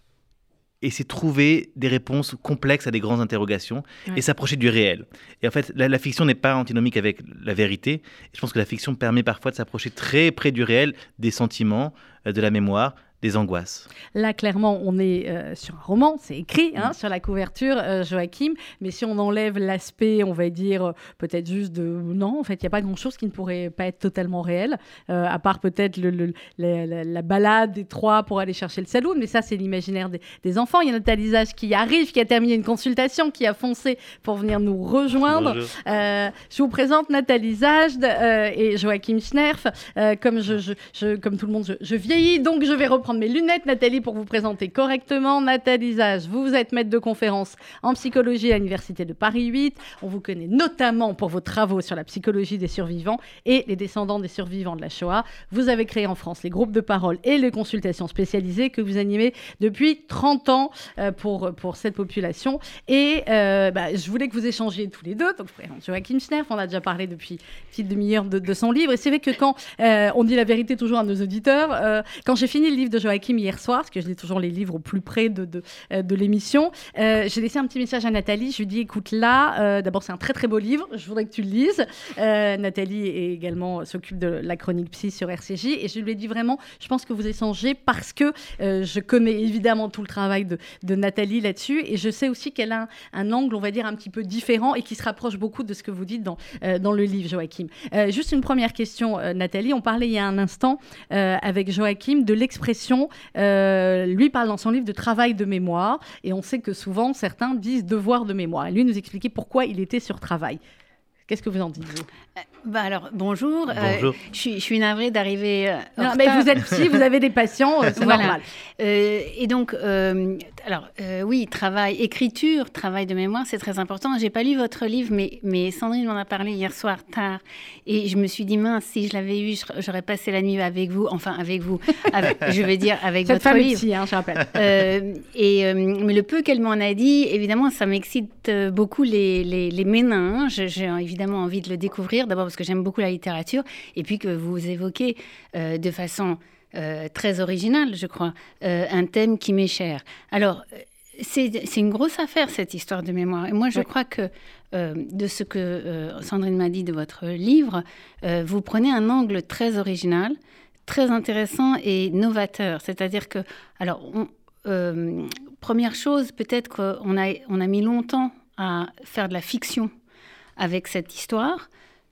et c'est trouver des réponses complexes à des grandes interrogations ouais. et s'approcher du réel. Et en fait, la, la fiction n'est pas antinomique avec la vérité. Et je pense que la fiction permet parfois de s'approcher très près du réel, des sentiments, euh, de la mémoire, des angoisses. Là, clairement, on est euh, sur un roman, c'est écrit hein, mmh. sur la couverture, euh, Joachim, mais si on enlève l'aspect, on va dire, euh, peut-être juste de... Non, en fait, il n'y a pas grand-chose qui ne pourrait pas être totalement réel, euh, à part peut-être le, le, la, la, la balade des trois pour aller chercher le saloon, mais ça, c'est l'imaginaire des, des enfants. Il y a Nathalie Zage qui arrive, qui a terminé une consultation, qui a foncé pour venir nous rejoindre. Euh, je vous présente Nathalie Zage euh, et Joachim Schnerf. Euh, comme, je, je, je, comme tout le monde, je, je vieillis, donc je vais reprendre mes lunettes, Nathalie, pour vous présenter correctement. Nathalie Zage, vous êtes maître de conférence en psychologie à l'Université de Paris huit. On vous connaît notamment pour vos travaux sur la psychologie des survivants et les descendants des survivants de la Shoah. Vous avez créé en France les groupes de parole et les consultations spécialisées que vous animez depuis trente ans euh, pour, pour cette population. Et euh, bah, je voulais que vous échangiez tous les deux. Donc, je présente Joachim Schnerf, on a déjà parlé depuis une petite demi-heure de, de son livre. Et c'est vrai que quand euh, on dit la vérité toujours à nos auditeurs, euh, quand j'ai fini le livre de Joachim hier soir, parce que je lis toujours les livres au plus près de, de, de l'émission, euh, j'ai laissé un petit message à Nathalie. Je lui ai dit, écoute, là, euh, d'abord, c'est un très, très beau livre. Je voudrais que tu le lises. Euh, Nathalie est également s'occupe de la chronique psy sur R C J. Et je lui ai dit vraiment, je pense que vous échangez parce que euh, je connais évidemment tout le travail de, de Nathalie là-dessus. Et je sais aussi qu'elle a un, un angle, on va dire, un petit peu différent et qui se rapproche beaucoup de ce que vous dites dans, euh, dans le livre, Joachim. Euh, juste une première question, euh, Nathalie. On parlait il y a un instant euh, avec Joachim de l'expression Euh, lui parle dans son livre de travail de mémoire et on sait que souvent certains disent devoir de mémoire. Et lui nous expliquait pourquoi il était sur travail. Qu'est-ce que vous en dites, vous ? euh, bah alors, bonjour. Bonjour. Euh, je, suis, je suis navrée d'arriver euh, en non, retard. mais vous êtes psy, vous avez des patients, euh, c'est voilà. normal. Euh, et donc, euh, alors, euh, oui, travail, écriture, travail de mémoire, c'est très important. Je n'ai pas lu votre livre, mais, mais Sandrine m'en a parlé hier soir tard. Et je me suis dit, mince, si je l'avais eu, j'aurais passé la nuit avec vous. Enfin, avec vous. Avec, je veux dire, avec Cette votre femme livre. Cette femme hein, je rappelle. Euh, et, euh, mais le peu qu'elle m'en a dit, évidemment, ça m'excite beaucoup les, les, les méninges. J'ai évidemment envie de le découvrir. D'abord parce que j'aime beaucoup la littérature. Et puis que vous évoquez euh, de façon euh, très originale, je crois, euh, un thème qui m'est cher. Alors, c'est, c'est une grosse affaire, cette histoire de mémoire. Et moi, je oui. crois que euh, de ce que euh, Sandrine m'a dit de votre livre, euh, vous prenez un angle très original, très intéressant et novateur. C'est-à-dire que, alors, on, euh, première chose, peut-être qu'on a, on a mis longtemps à faire de la fiction avec cette histoire.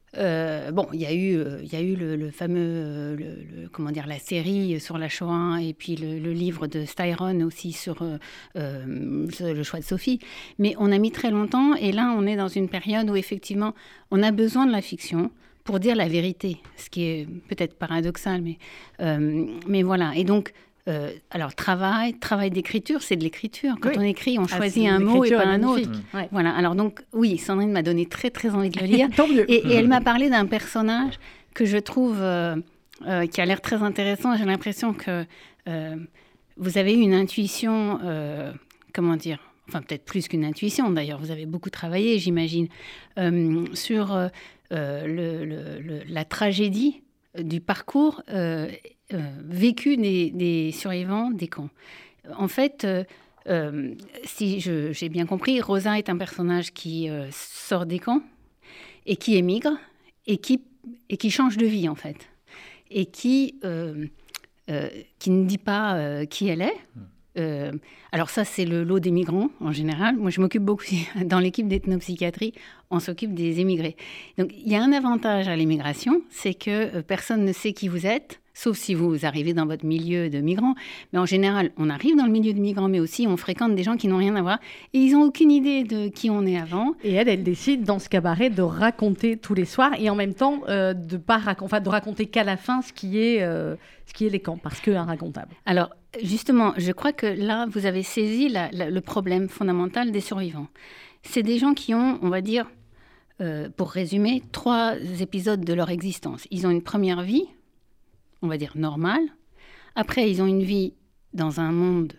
Euh, bon, il y a eu, euh, il y a eu le, le fameux, euh, le, le, comment dire, la série sur la Shoah et puis le, le livre de Styron aussi sur euh, euh, le choix de Sophie. Mais on a mis très longtemps et là, on est dans une période où effectivement, on a besoin de la fiction pour dire la vérité, ce qui est peut-être paradoxal, mais, euh, mais voilà. Et donc, Euh, alors, travail, travail d'écriture, c'est de l'écriture. Quand Oui. on écrit, on Ah, choisit c'est un mot et l'écriture pas est un autre. magnifique. Ouais. Voilà, alors donc, oui, Sandrine m'a donné très, très envie de le lire. Tant mieux. Et, et elle m'a parlé d'un personnage que je trouve euh, euh, qui a l'air très intéressant. J'ai l'impression que euh, vous avez eu une intuition, euh, comment dire, enfin peut-être plus qu'une intuition d'ailleurs, vous avez beaucoup travaillé, j'imagine, euh, sur euh, euh, le, le, le, la tragédie du parcours euh, euh, vécu des, des survivants des camps. En fait, euh, euh, si je, j'ai bien compris, Rosa est un personnage qui euh, sort des camps et qui émigre et qui, et qui change de vie en fait. Et qui, euh, euh, qui ne dit pas euh, qui elle est. Euh, alors ça, c'est le lot des migrants en général. Moi, je m'occupe beaucoup, dans l'équipe d'ethnopsychiatrie, on s'occupe des émigrés. Donc, il y a un avantage à l'émigration, c'est que euh, personne ne sait qui vous êtes, sauf si vous arrivez dans votre milieu de migrants. Mais en général, on arrive dans le milieu de migrants, mais aussi on fréquente des gens qui n'ont rien à voir. Et ils n'ont aucune idée de qui on est avant. Et elle, elle décide dans ce cabaret de raconter tous les soirs et en même temps euh, de pas rac- enfin, de raconter qu'à la fin ce qui est, euh, ce qui est les camps, parce que inracontable. Alors, justement, je crois que là, vous avez saisi la, la, le problème fondamental des survivants. C'est des gens qui ont, on va dire, euh, pour résumer, trois épisodes de leur existence. Ils ont une première vie, on va dire normale. Après, ils ont une vie dans un monde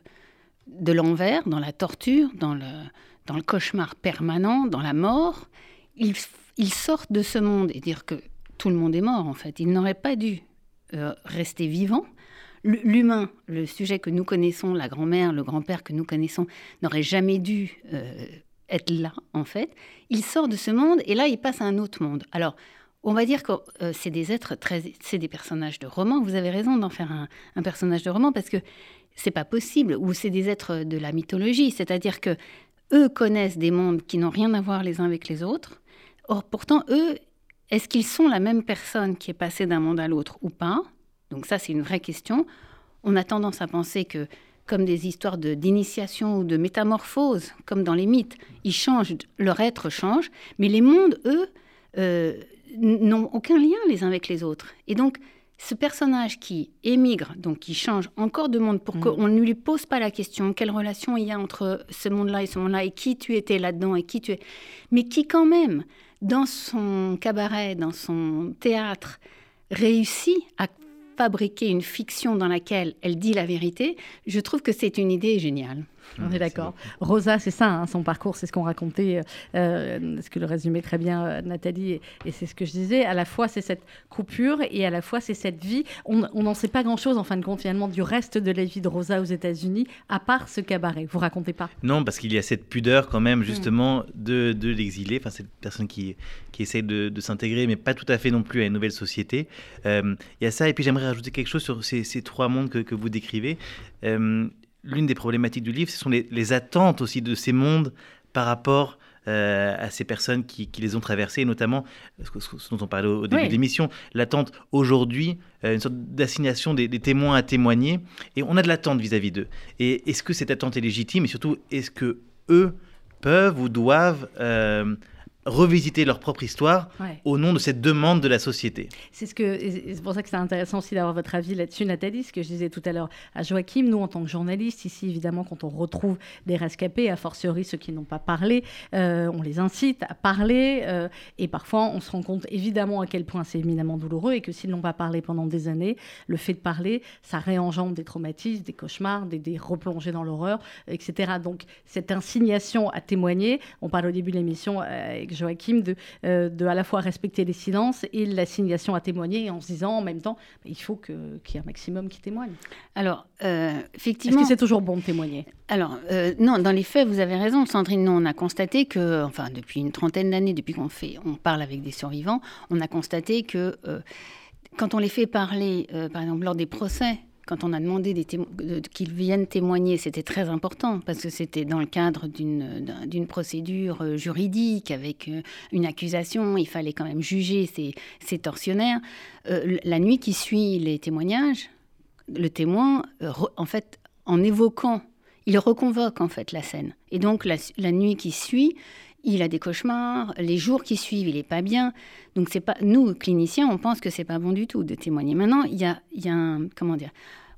de l'envers, dans la torture, dans le, dans le cauchemar permanent, dans la mort. Ils, ils sortent de ce monde et dire que tout le monde est mort, en fait. Ils n'auraient pas dû euh, rester vivants. L'humain, le sujet que nous connaissons, la grand-mère, le grand-père que nous connaissons, n'aurait jamais dû euh, être là, en fait. Il sort de ce monde et là, il passe à un autre monde. Alors, on va dire que euh, c'est des êtres très... C'est des personnages de roman. Vous avez raison d'en faire un, un personnage de roman parce que c'est pas possible. Ou c'est des êtres de la mythologie. C'est-à-dire que eux connaissent des mondes qui n'ont rien à voir les uns avec les autres. Or, pourtant, eux, est-ce qu'ils sont la même personne qui est passée d'un monde à l'autre ou pas ? Donc ça, c'est une vraie question. On a tendance à penser que, comme des histoires de, d'initiation ou de métamorphose, comme dans les mythes, ils changent, leur être change, mais les mondes, eux, euh, n'ont aucun lien les uns avec les autres. Et donc, ce personnage qui émigre, donc qui change encore de monde pour mmh. qu'on ne lui pose pas la question quelle relation il y a entre ce monde-là et ce monde-là, et qui tu étais là-dedans, et qui tu es... Mais qui, quand même, dans son cabaret, dans son théâtre, réussit à fabriquer une fiction dans laquelle elle dit la vérité, je trouve que c'est une idée géniale. On est d'accord. Rosa, c'est ça, hein, son parcours, c'est ce qu'on racontait, euh, ce que le résumait très bien euh, Nathalie, et, et c'est ce que je disais. À la fois, c'est cette coupure et à la fois, c'est cette vie. On n'en sait pas grand-chose, en fin de compte, finalement, du reste de la vie de Rosa aux États-Unis, à part ce cabaret. Vous racontez pas ? Non, parce qu'il y a cette pudeur quand même, justement, mmh. de, de l'exilé, enfin, cette personne qui, qui essaie de, de s'intégrer, mais pas tout à fait non plus à une nouvelle société. Euh, il y a ça, et puis j'aimerais rajouter quelque chose sur ces, ces trois mondes que, que vous décrivez. Euh, L'une des problématiques du livre, ce sont les, les attentes aussi de ces mondes par rapport euh, à ces personnes qui, qui les ont traversées, et notamment ce, ce dont on parlait au, au début oui. de l'émission, l'attente aujourd'hui, euh, une sorte d'assignation des, des témoins à témoigner, et on a de l'attente vis-à-vis d'eux. Et est-ce que cette attente est légitime, et surtout, est-ce que eux peuvent ou doivent euh, revisiter leur propre histoire ouais. au nom de cette demande de la société. C'est, ce que, c'est pour ça que c'est intéressant aussi d'avoir votre avis là-dessus, Nathalie, ce que je disais tout à l'heure à Joachim. Nous, en tant que journalistes, ici, évidemment, quand on retrouve des rescapés, a fortiori ceux qui n'ont pas parlé, euh, on les incite à parler euh, et parfois, on se rend compte évidemment à quel point c'est éminemment douloureux et que s'ils n'ont pas parlé pendant des années, le fait de parler, ça réengendre des traumatismes, des cauchemars, des, des replongées dans l'horreur, et cetera. Donc, cette insignation à témoigner, on parle au début de l'émission avec Joachim de, euh, de à la fois respecter les silences et l'assignation à témoigner, en se disant en même temps, il faut que, qu'il y ait un maximum qui témoigne. Alors, euh, effectivement... Est-ce que c'est toujours bon de témoigner ? Alors, euh, non, dans les faits, vous avez raison, Sandrine. Nous, on a constaté que, enfin, depuis une trentaine d'années, depuis qu'on fait, on parle avec des survivants, on a constaté que euh, quand on les fait parler, euh, par exemple, lors des procès, quand on a demandé des témo- de, qu'ils viennent témoigner, c'était très important parce que c'était dans le cadre d'une, d'une procédure juridique avec une accusation. Il fallait quand même juger ces, ces tortionnaires. Euh, la nuit qui suit les témoignages, le témoin, euh, re, en fait, en évoquant, il reconvoque en fait la scène. Et donc la, la nuit qui suit, il a des cauchemars, les jours qui suivent, il n'est pas bien. Donc, c'est pas, nous, cliniciens, on pense que ce n'est pas bon du tout de témoigner. Maintenant, il y a, il y a un... Comment dire ?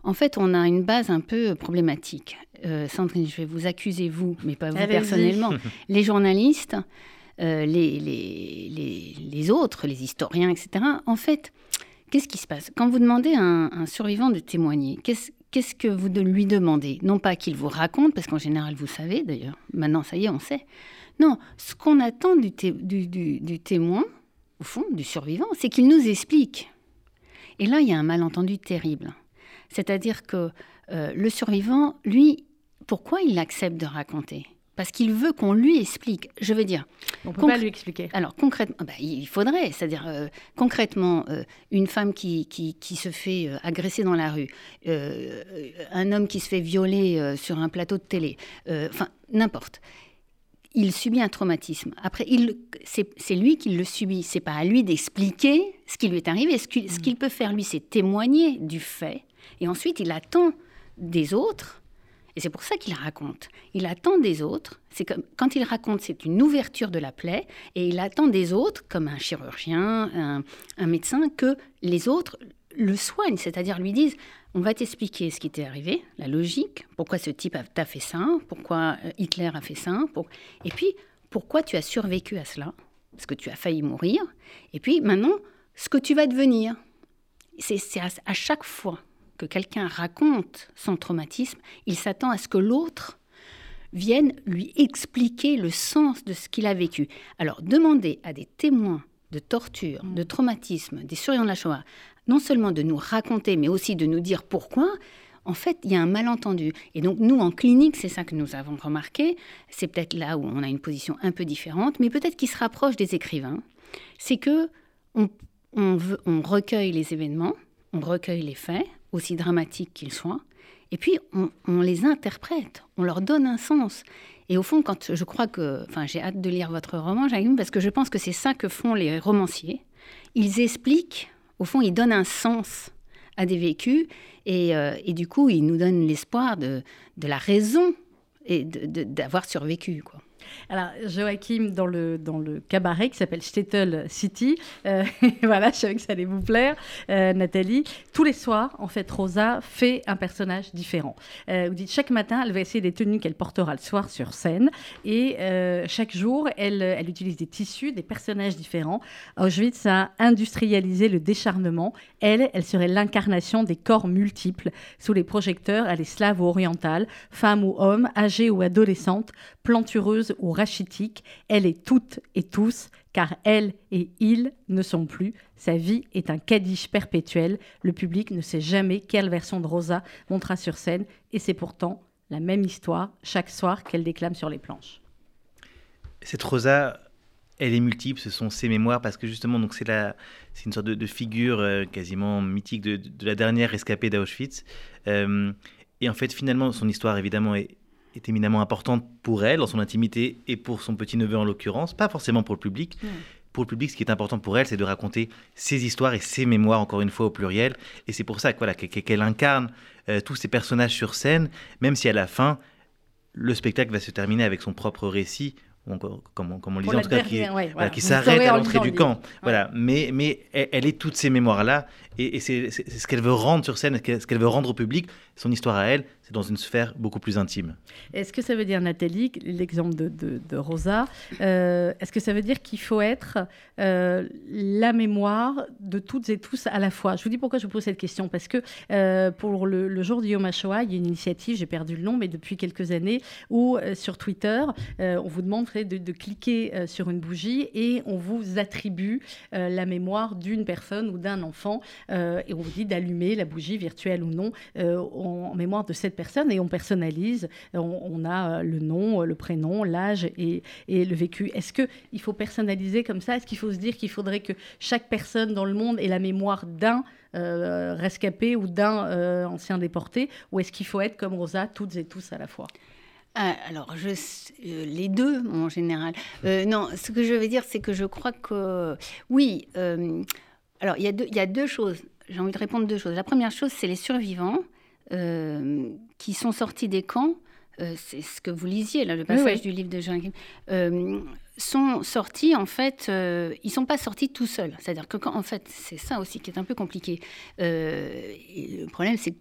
En fait, on a une base un peu problématique. Euh, Sandrine, je vais vous accuser, vous, mais pas vous Allez-y. personnellement. Les journalistes, euh, les, les, les, les autres, les historiens, et cetera. En fait, qu'est-ce qui se passe ? Quand vous demandez à un, un survivant de témoigner, qu'est-ce, qu'est-ce que vous de lui demandez ? Non pas qu'il vous raconte, parce qu'en général, vous savez d'ailleurs. Maintenant, ça y est, on sait. Non, ce qu'on attend du, té- du, du, du témoin, au fond, du survivant, c'est qu'il nous explique. Et là, il y a un malentendu terrible. C'est-à-dire que euh, le survivant, lui, pourquoi il accepte de raconter ? Parce qu'il veut qu'on lui explique. Je veux dire... On ne peut concr- pas lui expliquer. Alors, concrètement, bah, il faudrait. C'est-à-dire, euh, concrètement, euh, une femme qui, qui, qui se fait euh, agresser dans la rue, euh, un homme qui se fait violer euh, sur un plateau de télé, euh, enfin, n'importe. Il subit un traumatisme. Après, il, c'est, c'est lui qui le subit. C'est pas à lui d'expliquer ce qui lui est arrivé. Ce qu'il, ce qu'il peut faire, lui, c'est témoigner du fait. Et ensuite, il attend des autres. Et c'est pour ça qu'il raconte. Il attend des autres. C'est comme, quand il raconte, c'est une ouverture de la plaie. Et il attend des autres, comme un chirurgien, un, un médecin, que les autres le soignent. C'est-à-dire lui disent... On va t'expliquer ce qui t'est arrivé, la logique, pourquoi ce type a, t'a fait ça, pourquoi Hitler a fait ça, pour... et puis pourquoi tu as survécu à cela, parce que tu as failli mourir, et puis maintenant, ce que tu vas devenir. C'est, c'est à, à chaque fois que quelqu'un raconte son traumatisme, il s'attend à ce que l'autre vienne lui expliquer le sens de ce qu'il a vécu. Alors, demander à des témoins de torture, de traumatisme, des survivants de la Shoah, non seulement de nous raconter, mais aussi de nous dire pourquoi, en fait, il y a un malentendu. Et donc, nous, en clinique, c'est ça que nous avons remarqué. C'est peut-être là où on a une position un peu différente, mais peut-être qui se rapproche des écrivains. C'est que on, on, veut, on recueille les événements, on recueille les faits, aussi dramatiques qu'ils soient, et puis on, on les interprète, on leur donne un sens. Et au fond, quand je crois que... Enfin, j'ai hâte de lire votre roman, Jacqueline, parce que je pense que c'est ça que font les romanciers. Ils expliquent, au fond, ils donnent un sens à des vécus, et, euh, et du coup, ils nous donnent l'espoir de, de la raison et de, de, d'avoir survécu, quoi. Alors, Joachim, dans le, dans le cabaret qui s'appelle Shtetl City, euh, voilà, je savais que ça allait vous plaire, euh, Nathalie. Tous les soirs, en fait, Rosa fait un personnage différent. Euh, vous dites, chaque matin, elle va essayer des tenues qu'elle portera le soir sur scène. Et euh, chaque jour, elle, elle utilise des tissus, des personnages différents. Auschwitz a industrialisé le décharnement. Elle, elle serait l'incarnation des corps multiples. Sous les projecteurs, elle est slave ou orientale, femme ou homme, âgée ou adolescente, plantureuse ou rachitique, elle est toutes et tous, car elle et il ne sont plus. Sa vie est un kaddish perpétuel. Le public ne sait jamais quelle version de Rosa montera sur scène, et c'est pourtant la même histoire chaque soir qu'elle déclame sur les planches. Cette Rosa, elle est multiple, ce sont ses mémoires, parce que justement, donc c'est, la, c'est une sorte de, de figure euh, quasiment mythique de, de la dernière rescapée d'Auschwitz. Euh, et en fait, finalement, son histoire, évidemment, est est éminemment importante pour elle, dans son intimité, et pour son petit-neveu en l'occurrence, pas forcément pour le public. Mmh. Pour le public, ce qui est important pour elle, c'est de raconter ses histoires et ses mémoires, encore une fois, au pluriel. Et c'est pour ça que, voilà, qu'elle incarne euh, tous ces personnages sur scène, même si à la fin, le spectacle va se terminer avec son propre récit, ou encore, comme, comme on le disait, en tout cas, qui, ouais, voilà, voilà, qui s'arrête à l'entrée du camp. Ouais. Voilà. Mais, mais elle, elle est toutes ces mémoires-là, et, et c'est, c'est, c'est ce qu'elle veut rendre sur scène, ce qu'elle veut rendre au public. Son histoire à elle, c'est dans une sphère beaucoup plus intime. Est-ce que ça veut dire, Nathalie, l'exemple de, de, de Rosa, euh, est-ce que ça veut dire qu'il faut être euh, la mémoire de toutes et tous à la fois ? Je vous dis pourquoi je vous pose cette question, parce que euh, pour le, le jour du Yom HaShoah, il y a une initiative, j'ai perdu le nom, mais depuis quelques années, où euh, sur Twitter, euh, on vous demande de, de cliquer euh, sur une bougie et on vous attribue euh, la mémoire d'une personne ou d'un enfant, euh, et on vous dit d'allumer la bougie, virtuelle ou non, euh, en mémoire de cette personne, et on personnalise, on, on a le nom, le prénom, l'âge et, et le vécu. Est-ce qu'il faut personnaliser comme ça ? Est-ce qu'il faut se dire qu'il faudrait que chaque personne dans le monde ait la mémoire d'un euh, rescapé ou d'un euh, ancien déporté, ou est-ce qu'il faut être comme Rosa, toutes et tous à la fois ? Ah, alors, je, euh, les deux, en général. Euh, non, ce que je veux dire, c'est que je crois que... Oui, euh, alors, il y, y a deux choses. J'ai envie de répondre deux choses. La première chose, c'est les survivants euh, qui sont sortis des camps. Euh, c'est ce que vous lisiez, là, le passage oui, oui. du livre de Joachim. Euh, sont sortis, en fait... Euh, ils ne sont pas sortis tout seuls. C'est-à-dire que, quand, en fait, c'est ça aussi qui est un peu compliqué. Euh, le problème, c'est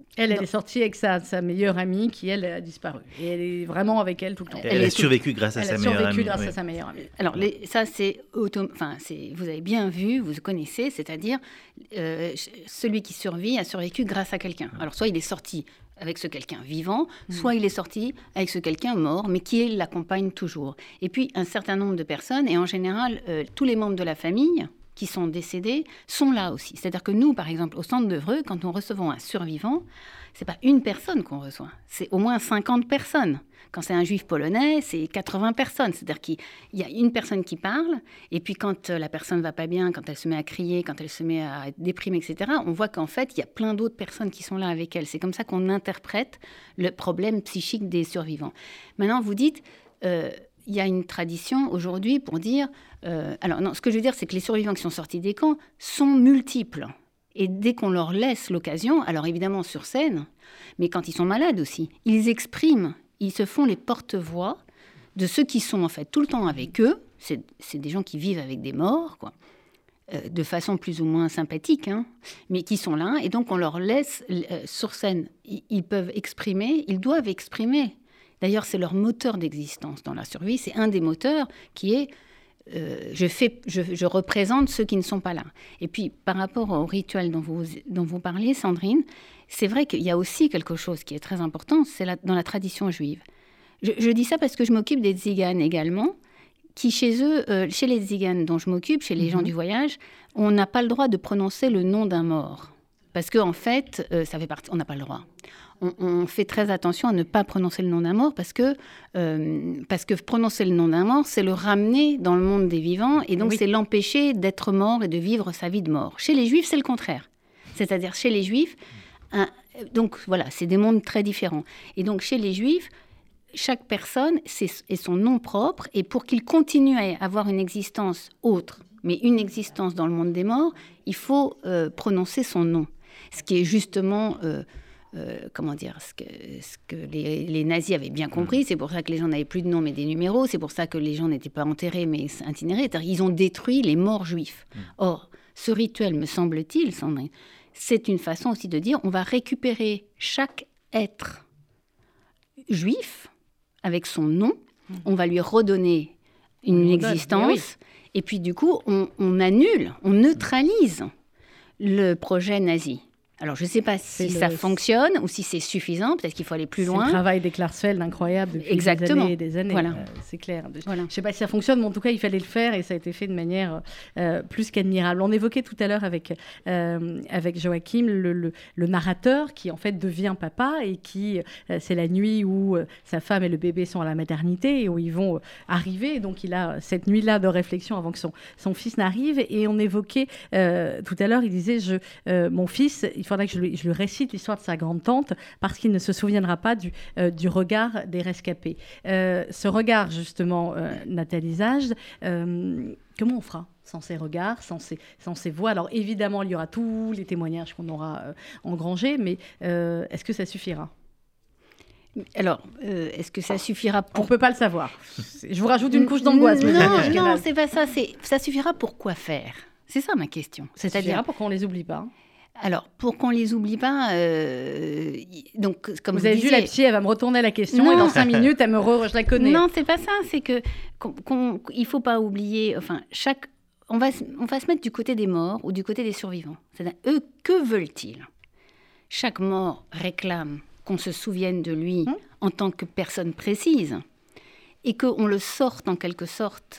Elle, elle Donc- est sortie avec sa, sa meilleure amie qui, elle, a disparu. Et elle est vraiment avec elle tout le temps. Elle, Elle a est- survécu grâce à Elle sa a meilleure survécu amie. grâce oui. à sa meilleure amie. Alors, les- ça, c'est, auto, enfin, c'est, vous avez bien vu, vous connaissez, c'est-à-dire euh, celui qui survit a survécu grâce à quelqu'un. Alors, soit il est sorti avec ce quelqu'un vivant, soit il est sorti avec ce quelqu'un mort, mais qui l'accompagne toujours. Et puis, un certain nombre de personnes, et en général, euh, tous les membres de la famille qui sont décédés sont là aussi. C'est-à-dire que nous, par exemple, au centre d'Evreux, quand nous recevons un survivant, c'est pas une personne qu'on reçoit, c'est au moins cinquante personnes. Quand c'est un juif polonais, c'est quatre-vingts personnes. C'est-à-dire qu'il y a une personne qui parle, et puis quand la personne va pas bien, quand elle se met à crier, quand elle se met à être déprimée, et cetera, on voit qu'en fait, il y a plein d'autres personnes qui sont là avec elle. C'est comme ça qu'on interprète le problème psychique des survivants. Maintenant, vous dites... Euh, il y a une tradition aujourd'hui pour dire... Euh, alors, non, ce que je veux dire, c'est que les survivants qui sont sortis des camps sont multiples. Et dès qu'on leur laisse l'occasion, alors évidemment sur scène, mais quand ils sont malades aussi, ils expriment, ils se font les porte-voix de ceux qui sont en fait tout le temps avec eux. C'est, c'est des gens qui vivent avec des morts, quoi, euh, de façon plus ou moins sympathique, hein, mais qui sont là. Et donc on leur laisse euh, sur scène, ils, ils peuvent exprimer, ils doivent exprimer. D'ailleurs, c'est leur moteur d'existence dans la survie. C'est un des moteurs qui est euh, je, fais, je, je représente ceux qui ne sont pas là. Et puis, par rapport au rituel dont vous, dont vous parliez, Sandrine, c'est vrai qu'il y a aussi quelque chose qui est très important, c'est la, dans la tradition juive. Je, je dis ça parce que je m'occupe des tziganes également, qui chez eux, euh, chez les tziganes dont je m'occupe, chez les mm-hmm. gens du voyage, on n'a pas le droit de prononcer le nom d'un mort. Parce qu'en en fait, euh, ça fait partie, on n'a pas le droit. On, on fait très attention à ne pas prononcer le nom d'un mort parce que, euh, parce que prononcer le nom d'un mort, c'est le ramener dans le monde des vivants et donc oui. c'est l'empêcher d'être mort et de vivre sa vie de mort. Chez les Juifs, c'est le contraire. C'est-à-dire chez les Juifs, un, donc voilà, c'est des mondes très différents. Et donc chez les Juifs, chaque personne c'est, est son nom propre et pour qu'il continue à avoir une existence autre, mais une existence dans le monde des morts, il faut euh, prononcer son nom. Ce qui est justement... Euh, Euh, comment dire, ce que, ce que les, les nazis avaient bien compris. C'est pour ça que les gens n'avaient plus de nom mais des numéros. C'est pour ça que les gens n'étaient pas enterrés mais incinérés. Ils ont détruit les morts juifs. Or, ce rituel, me semble-t-il, Sandrine, c'est une façon aussi de dire on va récupérer chaque être juif avec son nom. On va lui redonner une existence. Oui. Et puis, du coup, on, on annule, on neutralise le projet nazi. Alors, je ne sais pas si c'est ça le... fonctionne ou si c'est suffisant. Peut-être qu'il faut aller plus c'est loin. C'est le travail des Klarsfeld incroyable depuis Exactement. des années et des années. Voilà. Euh, c'est clair. Voilà. Je ne sais pas si ça fonctionne, mais en tout cas, il fallait le faire et ça a été fait de manière euh, plus qu'admirable. On évoquait tout à l'heure avec, euh, avec Joachim le, le, le narrateur qui, en fait, devient papa et qui, euh, c'est la nuit où euh, sa femme et le bébé sont à la maternité et où ils vont euh, arriver. Donc, il a cette nuit-là de réflexion avant que son, son fils n'arrive. Et on évoquait euh, tout à l'heure, il disait, je, euh, mon fils... Il faudrait que je lui, je lui récite l'histoire de sa grande-tante parce qu'il ne se souviendra pas du, euh, du regard des rescapés. Euh, ce regard, justement, euh, Nathalie Zajde, euh, comment on fera sans ces regards, sans ces, sans ces voix? Alors, évidemment, il y aura tous les témoignages qu'on aura euh, engrangés, mais euh, est-ce que ça suffira? Alors, euh, est-ce que ça suffira pour... On ne peut pas le savoir. Je vous rajoute une couche d'angoisse. Non, non, non c'est pas ça. C'est... Ça suffira pour quoi faire? C'est ça ma question. Ça C'est-à-dire... suffira pour qu'on ne les oublie pas. Alors, pour qu'on ne les oublie pas, euh, donc, comme vous, vous avez disiez... vu la psy, elle va me retourner la question non. et dans cinq minutes, elle me re... je la connais. Non, c'est pas ça. C'est que qu'on, qu'on, il ne faut pas oublier. Enfin, chaque, on va, on va se mettre du côté des morts ou du côté des survivants. C'est-à-dire, eux, que veulent-ils? Chaque mort réclame qu'on se souvienne de lui hum? en tant que personne précise et qu'on le sorte en quelque sorte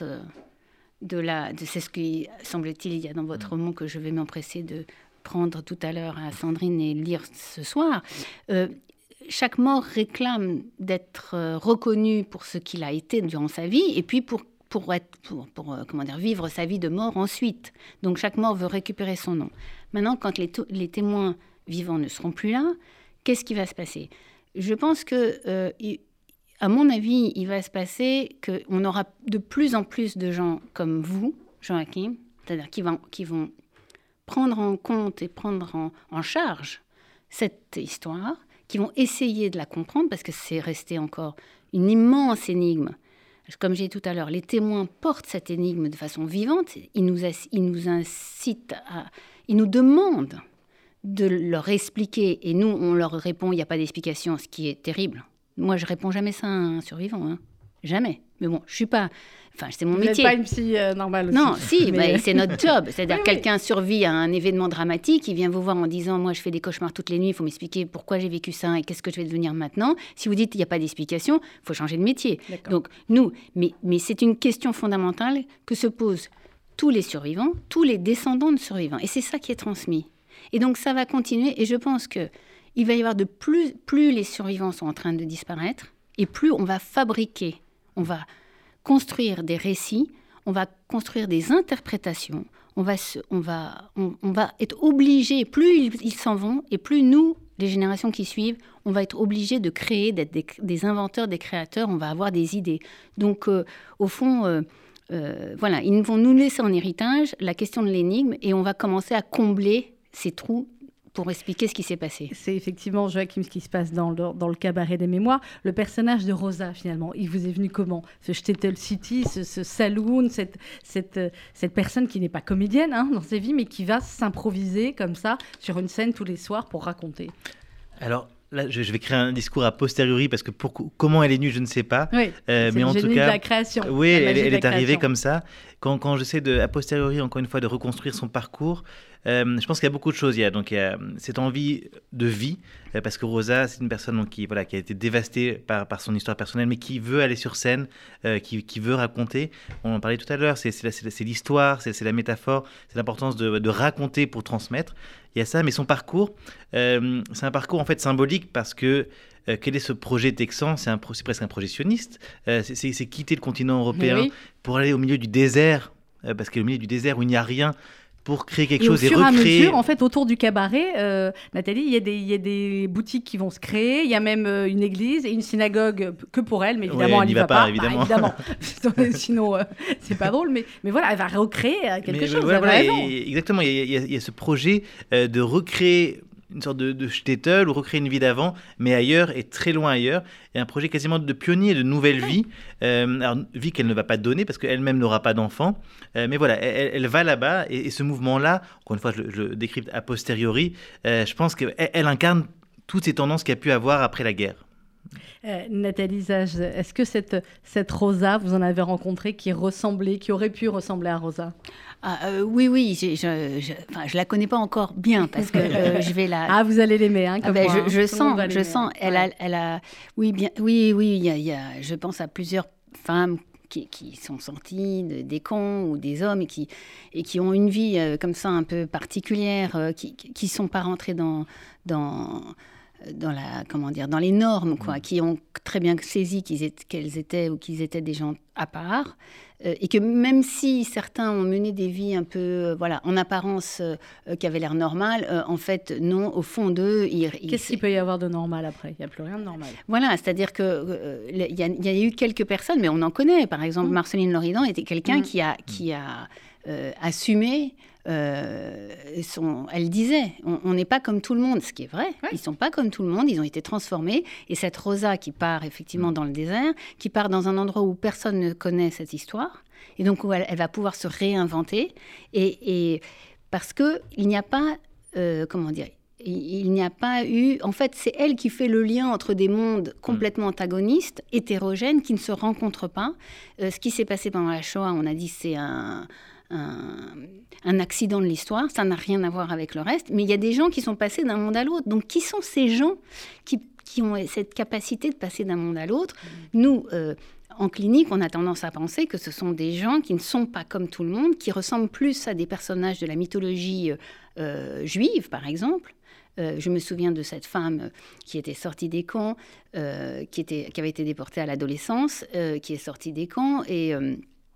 de la. De, c'est ce qui semble-t-il il y a dans votre roman que je vais m'empresser de prendre tout à l'heure à Sandrine et lire ce soir, euh, chaque mort réclame d'être euh, reconnu pour ce qu'il a été durant sa vie et puis pour, pour, être, pour, pour euh, comment dire, vivre sa vie de mort ensuite. Donc chaque mort veut récupérer son nom. Maintenant, quand les, to- les témoins vivants ne seront plus là, qu'est-ce qui va se passer? Je pense que, euh, il, à mon avis, il va se passer qu'on aura de plus en plus de gens comme vous, Joachim, c'est-à-dire qui vont... Qui vont prendre en compte et prendre en, en charge cette histoire, qui vont essayer de la comprendre, parce que c'est resté encore une immense énigme. Comme j'ai dit tout à l'heure, les témoins portent cette énigme de façon vivante, ils nous, ils nous incitent à... Ils nous demandent de leur expliquer, et nous, on leur répond, il n'y a pas d'explication, ce qui est terrible. Moi, je réponds jamais ça à un survivant, hein. Jamais. Mais bon, je suis pas... Enfin, c'est mon Vous métier. Vous n'êtes pas une psy euh, normale aussi. Non, si, mais... bah, c'est notre job. C'est-à-dire oui, que quelqu'un oui. survit à un événement dramatique, il vient vous voir en disant « Moi, je fais des cauchemars toutes les nuits, il faut m'expliquer pourquoi j'ai vécu ça et qu'est-ce que je vais devenir maintenant. » Si vous dites qu'il n'y a pas d'explication, il faut changer de métier. D'accord. Donc, nous, mais, mais c'est une question fondamentale que se posent tous les survivants, tous les descendants de survivants. Et c'est ça qui est transmis. Et donc, ça va continuer. Et je pense qu'il va y avoir de plus... Plus les survivants sont en train de disparaître, et plus on va fabriquer, on va construire des récits, on va construire des interprétations, on va, se, on va, on, on va être obligé, plus ils, ils s'en vont, et plus nous, les générations qui suivent, on va être obligés de créer, d'être des, des inventeurs, des créateurs, on va avoir des idées. Donc, euh, au fond, euh, euh, voilà, ils vont nous laisser en héritage la question de l'énigme, et on va commencer à combler ces trous pour expliquer ce qui s'est passé. C'est effectivement, Joachim, ce qui se passe dans le, dans le cabaret des mémoires. Le personnage de Rosa, finalement, il vous est venu comment ? Ce Shtetl City, ce, ce saloon, cette, cette, cette personne qui n'est pas comédienne hein, dans sa vie, mais qui va s'improviser comme ça sur une scène tous les soirs pour raconter. Alors, là, je, je vais créer un discours a posteriori parce que pour, comment elle est nue, je ne sais pas. Oui, euh, c'est mais le en génie tout cas, de la création. Oui, elle, elle est création. arrivée comme ça. Quand, quand j'essaie de, a posteriori, encore une fois, de reconstruire son parcours, euh, je pense qu'il y a beaucoup de choses. Il y a donc il y a cette envie de vie, euh, parce que Rosa, c'est une personne donc, qui, voilà, qui a été dévastée par, par son histoire personnelle, mais qui veut aller sur scène, euh, qui, qui veut raconter. On en parlait tout à l'heure, c'est, c'est, la, c'est, c'est l'histoire, c'est, c'est la métaphore, c'est l'importance de, de raconter pour transmettre. Il y a ça, mais son parcours, euh, c'est un parcours en fait symbolique parce que euh, quel est ce projet texan ? C'est, un, c'est presque un projet sioniste. Euh, c'est, c'est, c'est quitter le continent européen oui. pour aller au milieu du désert, euh, parce qu'il est au milieu du désert où il n'y a rien, pour créer quelque et chose et recréer. Au fur et à mesure, en fait, autour du cabaret, euh, Nathalie, il y, a des, il y a des boutiques qui vont se créer. Il y a même euh, une église et une synagogue que pour elle, mais évidemment, ouais, elle n'y va, va pas. pas. Évidemment, bah, évidemment. Sinon, euh, c'est pas drôle. Mais, mais voilà, elle va recréer quelque mais, chose. Voilà, voilà, et, exactement. Il y, a, il, y a, il y a ce projet euh, de recréer une sorte de, de shtetl ou recréer une vie d'avant, mais ailleurs et très loin ailleurs. Il y a un projet quasiment de pionnier, de nouvelle vie, euh, alors, vie qu'elle ne va pas donner parce qu'elle-même n'aura pas d'enfant. Euh, mais voilà, elle, elle va là-bas et, et ce mouvement-là, encore une fois, je, je le décrypte a posteriori, euh, je pense qu'elle elle incarne toutes ces tendances qu'il y a pu avoir après la guerre. Euh, Nathalie Zage, est-ce que cette, cette Rosa, vous en avez rencontré qui ressemblait, qui aurait pu ressembler à Rosa ? Ah, euh, oui, oui, je, je, je, enfin, je la connais pas encore bien parce que euh, je vais la. Ah, vous allez l'aimer, hein, comme ah, ben, moi. Je, je hein. sens, je sens. Elle ouais. a, elle a, oui, bien, oui, oui. Il y a, il y a, je pense à plusieurs femmes qui, qui sont sorties de, des camps ou des hommes et qui, et qui ont une vie euh, comme ça un peu particulière, euh, qui, qui sont pas rentrées dans, dans. dans la comment dire dans les normes quoi, mmh. qui ont très bien saisi qu'ils étaient, qu'elles étaient ou qu'ils étaient des gens à part euh, et que même si certains ont mené des vies un peu euh, voilà en apparence euh, qui avaient l'air normales, euh, en fait non, au fond d'eux ils, ils qu'est-ce qu'il peut y avoir de normal après ? Il n'y a plus rien de normal. Voilà, c'est-à-dire que euh, il y, a, y a eu quelques personnes, mais on en connaît. Par exemple, mmh. Marceline Loridan était quelqu'un mmh. qui a qui a euh, assumé. Euh, son, elle disait, on n'est pas comme tout le monde, ce qui est vrai. Ouais. Ils ne sont pas comme tout le monde, ils ont été transformés. Et cette Rosa qui part effectivement dans le désert, qui part dans un endroit où personne ne connaît cette histoire, et donc où elle, elle va pouvoir se réinventer. Et, et parce qu'il n'y a pas, euh, comment dire, il, il n'y a pas eu... En fait, c'est elle qui fait le lien entre des mondes complètement antagonistes, hétérogènes, qui ne se rencontrent pas. Euh, ce qui s'est passé pendant la Shoah, on a dit c'est un... Un, un accident de l'histoire, ça n'a rien à voir avec le reste, mais il y a des gens qui sont passés d'un monde à l'autre. Donc, qui sont ces gens qui, qui ont cette capacité de passer d'un monde à l'autre ? Nous, euh, en clinique, on a tendance à penser que ce sont des gens qui ne sont pas comme tout le monde, qui ressemblent plus à des personnages de la mythologie euh, juive, par exemple. Euh, je me souviens de cette femme qui était sortie des camps, euh, qui, était, qui avait été déportée à l'adolescence, euh, qui est sortie des camps et... Euh,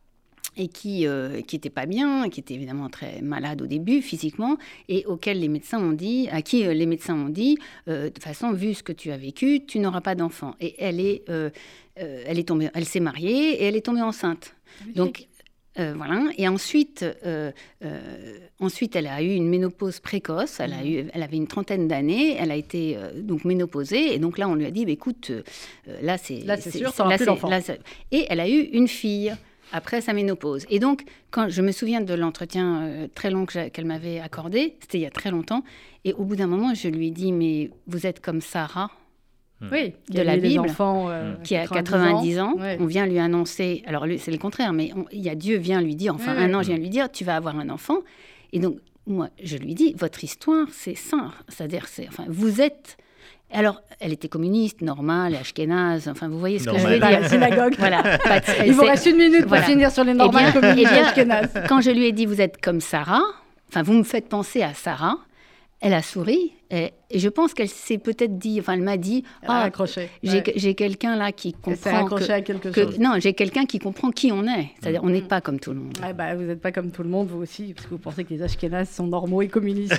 et qui euh, qui était pas bien, qui était évidemment très malade au début physiquement, et auquel les médecins ont dit, à qui euh, les médecins ont dit, euh, de toute façon, vu ce que tu as vécu, tu n'auras pas d'enfant. Et elle est, euh, euh, elle est tombée, elle s'est mariée et elle est tombée enceinte. Okay. Donc euh, voilà. Et ensuite, euh, euh, ensuite, elle a eu une ménopause précoce. Elle a eu, elle avait une trentaine d'années. Elle a été euh, donc ménopausée. Et donc là, on lui a dit, bah, écoute, euh, là c'est, là c'est, c'est sûr, ça n'aura plus d'enfant. Et elle a eu une fille. après sa ménopause. Et donc, quand je me souviens de l'entretien euh, très long que qu'elle m'avait accordé, c'était il y a très longtemps, et au bout d'un moment, je lui ai dit, mais vous êtes comme Sarah, oui, de la Bible, enfants, euh, qui a quatre-vingt-dix ans. Ouais. On vient lui annoncer, alors lui, c'est le contraire, mais on, il y a Dieu vient lui dire, enfin Ouais, un ouais. ange vient lui dire, tu vas avoir un enfant. Et donc, moi, je lui dis, votre histoire, c'est ça. C'est-à-dire, c'est, enfin, vous êtes... Alors, elle était communiste, normale, ashkénaze, enfin, vous voyez ce que je Normale. veux Pas dire. la synagogue. Voilà. Pas de- Il vous c'est- reste une minute voilà. pour finir sur les Eh normales bien, communistes eh bien, ashkénazes. quand je lui ai dit, vous êtes comme Sarah, enfin, vous me faites penser à Sarah, elle a souri, et, et je pense qu'elle s'est peut-être dit, enfin, elle m'a dit, Elle a ah, accroché. j'ai, Ouais. j'ai quelqu'un là qui Elle s'est comprend accrochée que, à quelque que- chose. non, j'ai quelqu'un qui comprend qui on est. C'est-à-dire, on n'est pas comme tout le monde. Ouais, bah, vous n'êtes pas comme tout le monde, vous aussi, parce que vous pensez que les Ashkénazes sont normaux et communistes.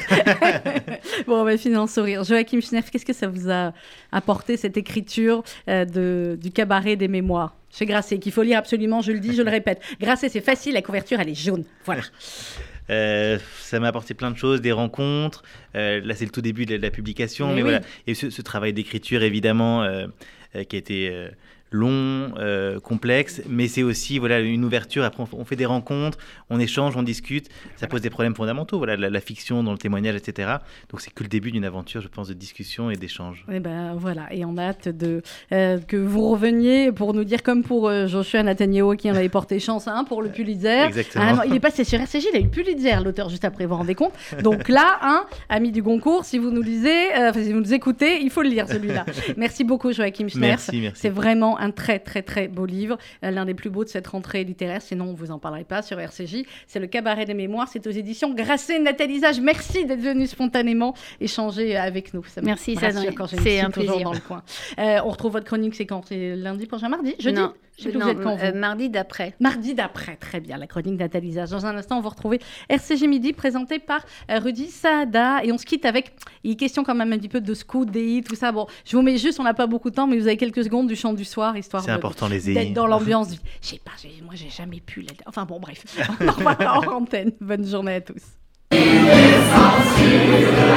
Bon, on va finir en sourire. Joachim Schneff, qu'est-ce que ça vous a apporté, cette écriture euh, de, du cabaret des mémoires chez Grasset, qu'il faut lire absolument, je le dis, je le répète. Grasset, c'est facile, la couverture, elle est jaune. Voilà. Euh, ça m'a apporté plein de choses, des rencontres. Euh, là, c'est le tout début de la, de la publication, Mais mais, oui. voilà. Et ce, ce travail d'écriture, évidemment, euh, euh, qui a été euh, long, euh, complexe, mais c'est aussi voilà une ouverture. Après, on, f- on fait des rencontres, on échange, on discute. Ça pose des problèmes fondamentaux, voilà, la, la fiction, dans le témoignage, et cetera. Donc, c'est que le début d'une aventure, je pense, de discussion et d'échange. Et ben voilà, et on a hâte de, euh, que vous reveniez pour nous dire, comme pour euh, Joshua Netanyahu qui en avait porté chance hein, pour le Pulitzer. Exactement. Ah non, il est passé sur R C J, il a eu le Pulitzer, l'auteur, juste après, vous vous rendez compte. Donc là, hein, amis du Goncourt, si vous nous lisez, euh, enfin, si vous nous écoutez, il faut le lire celui-là. Merci beaucoup Joachim Schneff. Merci, merci. C'est vraiment un très très très beau livre, euh, l'un des plus beaux de cette rentrée littéraire, sinon on vous en parlerait pas sur R C J. C'est le Cabaret des Mémoires, c'est aux éditions Grasset. Nathalie Sage, merci d'être venue spontanément échanger avec nous. Ça me Merci, rassure Sandrine. quand j'ai une C'est fille un toujours plaisir. dans le coin. Euh, on retrouve votre chronique, c'est quand? C'est lundi prochain, mardi? Jeudi? Non, Je sais plus, non, vous êtes quand, vous euh, mardi d'après. Mardi d'après, très bien, la chronique Nathalie Sage. Dans un instant, on va retrouver R C J Midi présenté par euh, Rudy Saada. Et on se quitte avec, il est question quand même un petit peu de scout, D I, tout ça. Bon, je vous mets juste, on n'a pas beaucoup de temps, mais vous avez quelques secondes du chant du soir, histoire C'est de- important, les d'être E I. dans l'ambiance. Je sais pas, j'ai- moi j'ai jamais pu. la- Enfin bon, bref, on en reparlera en antenne. Bonne journée à tous.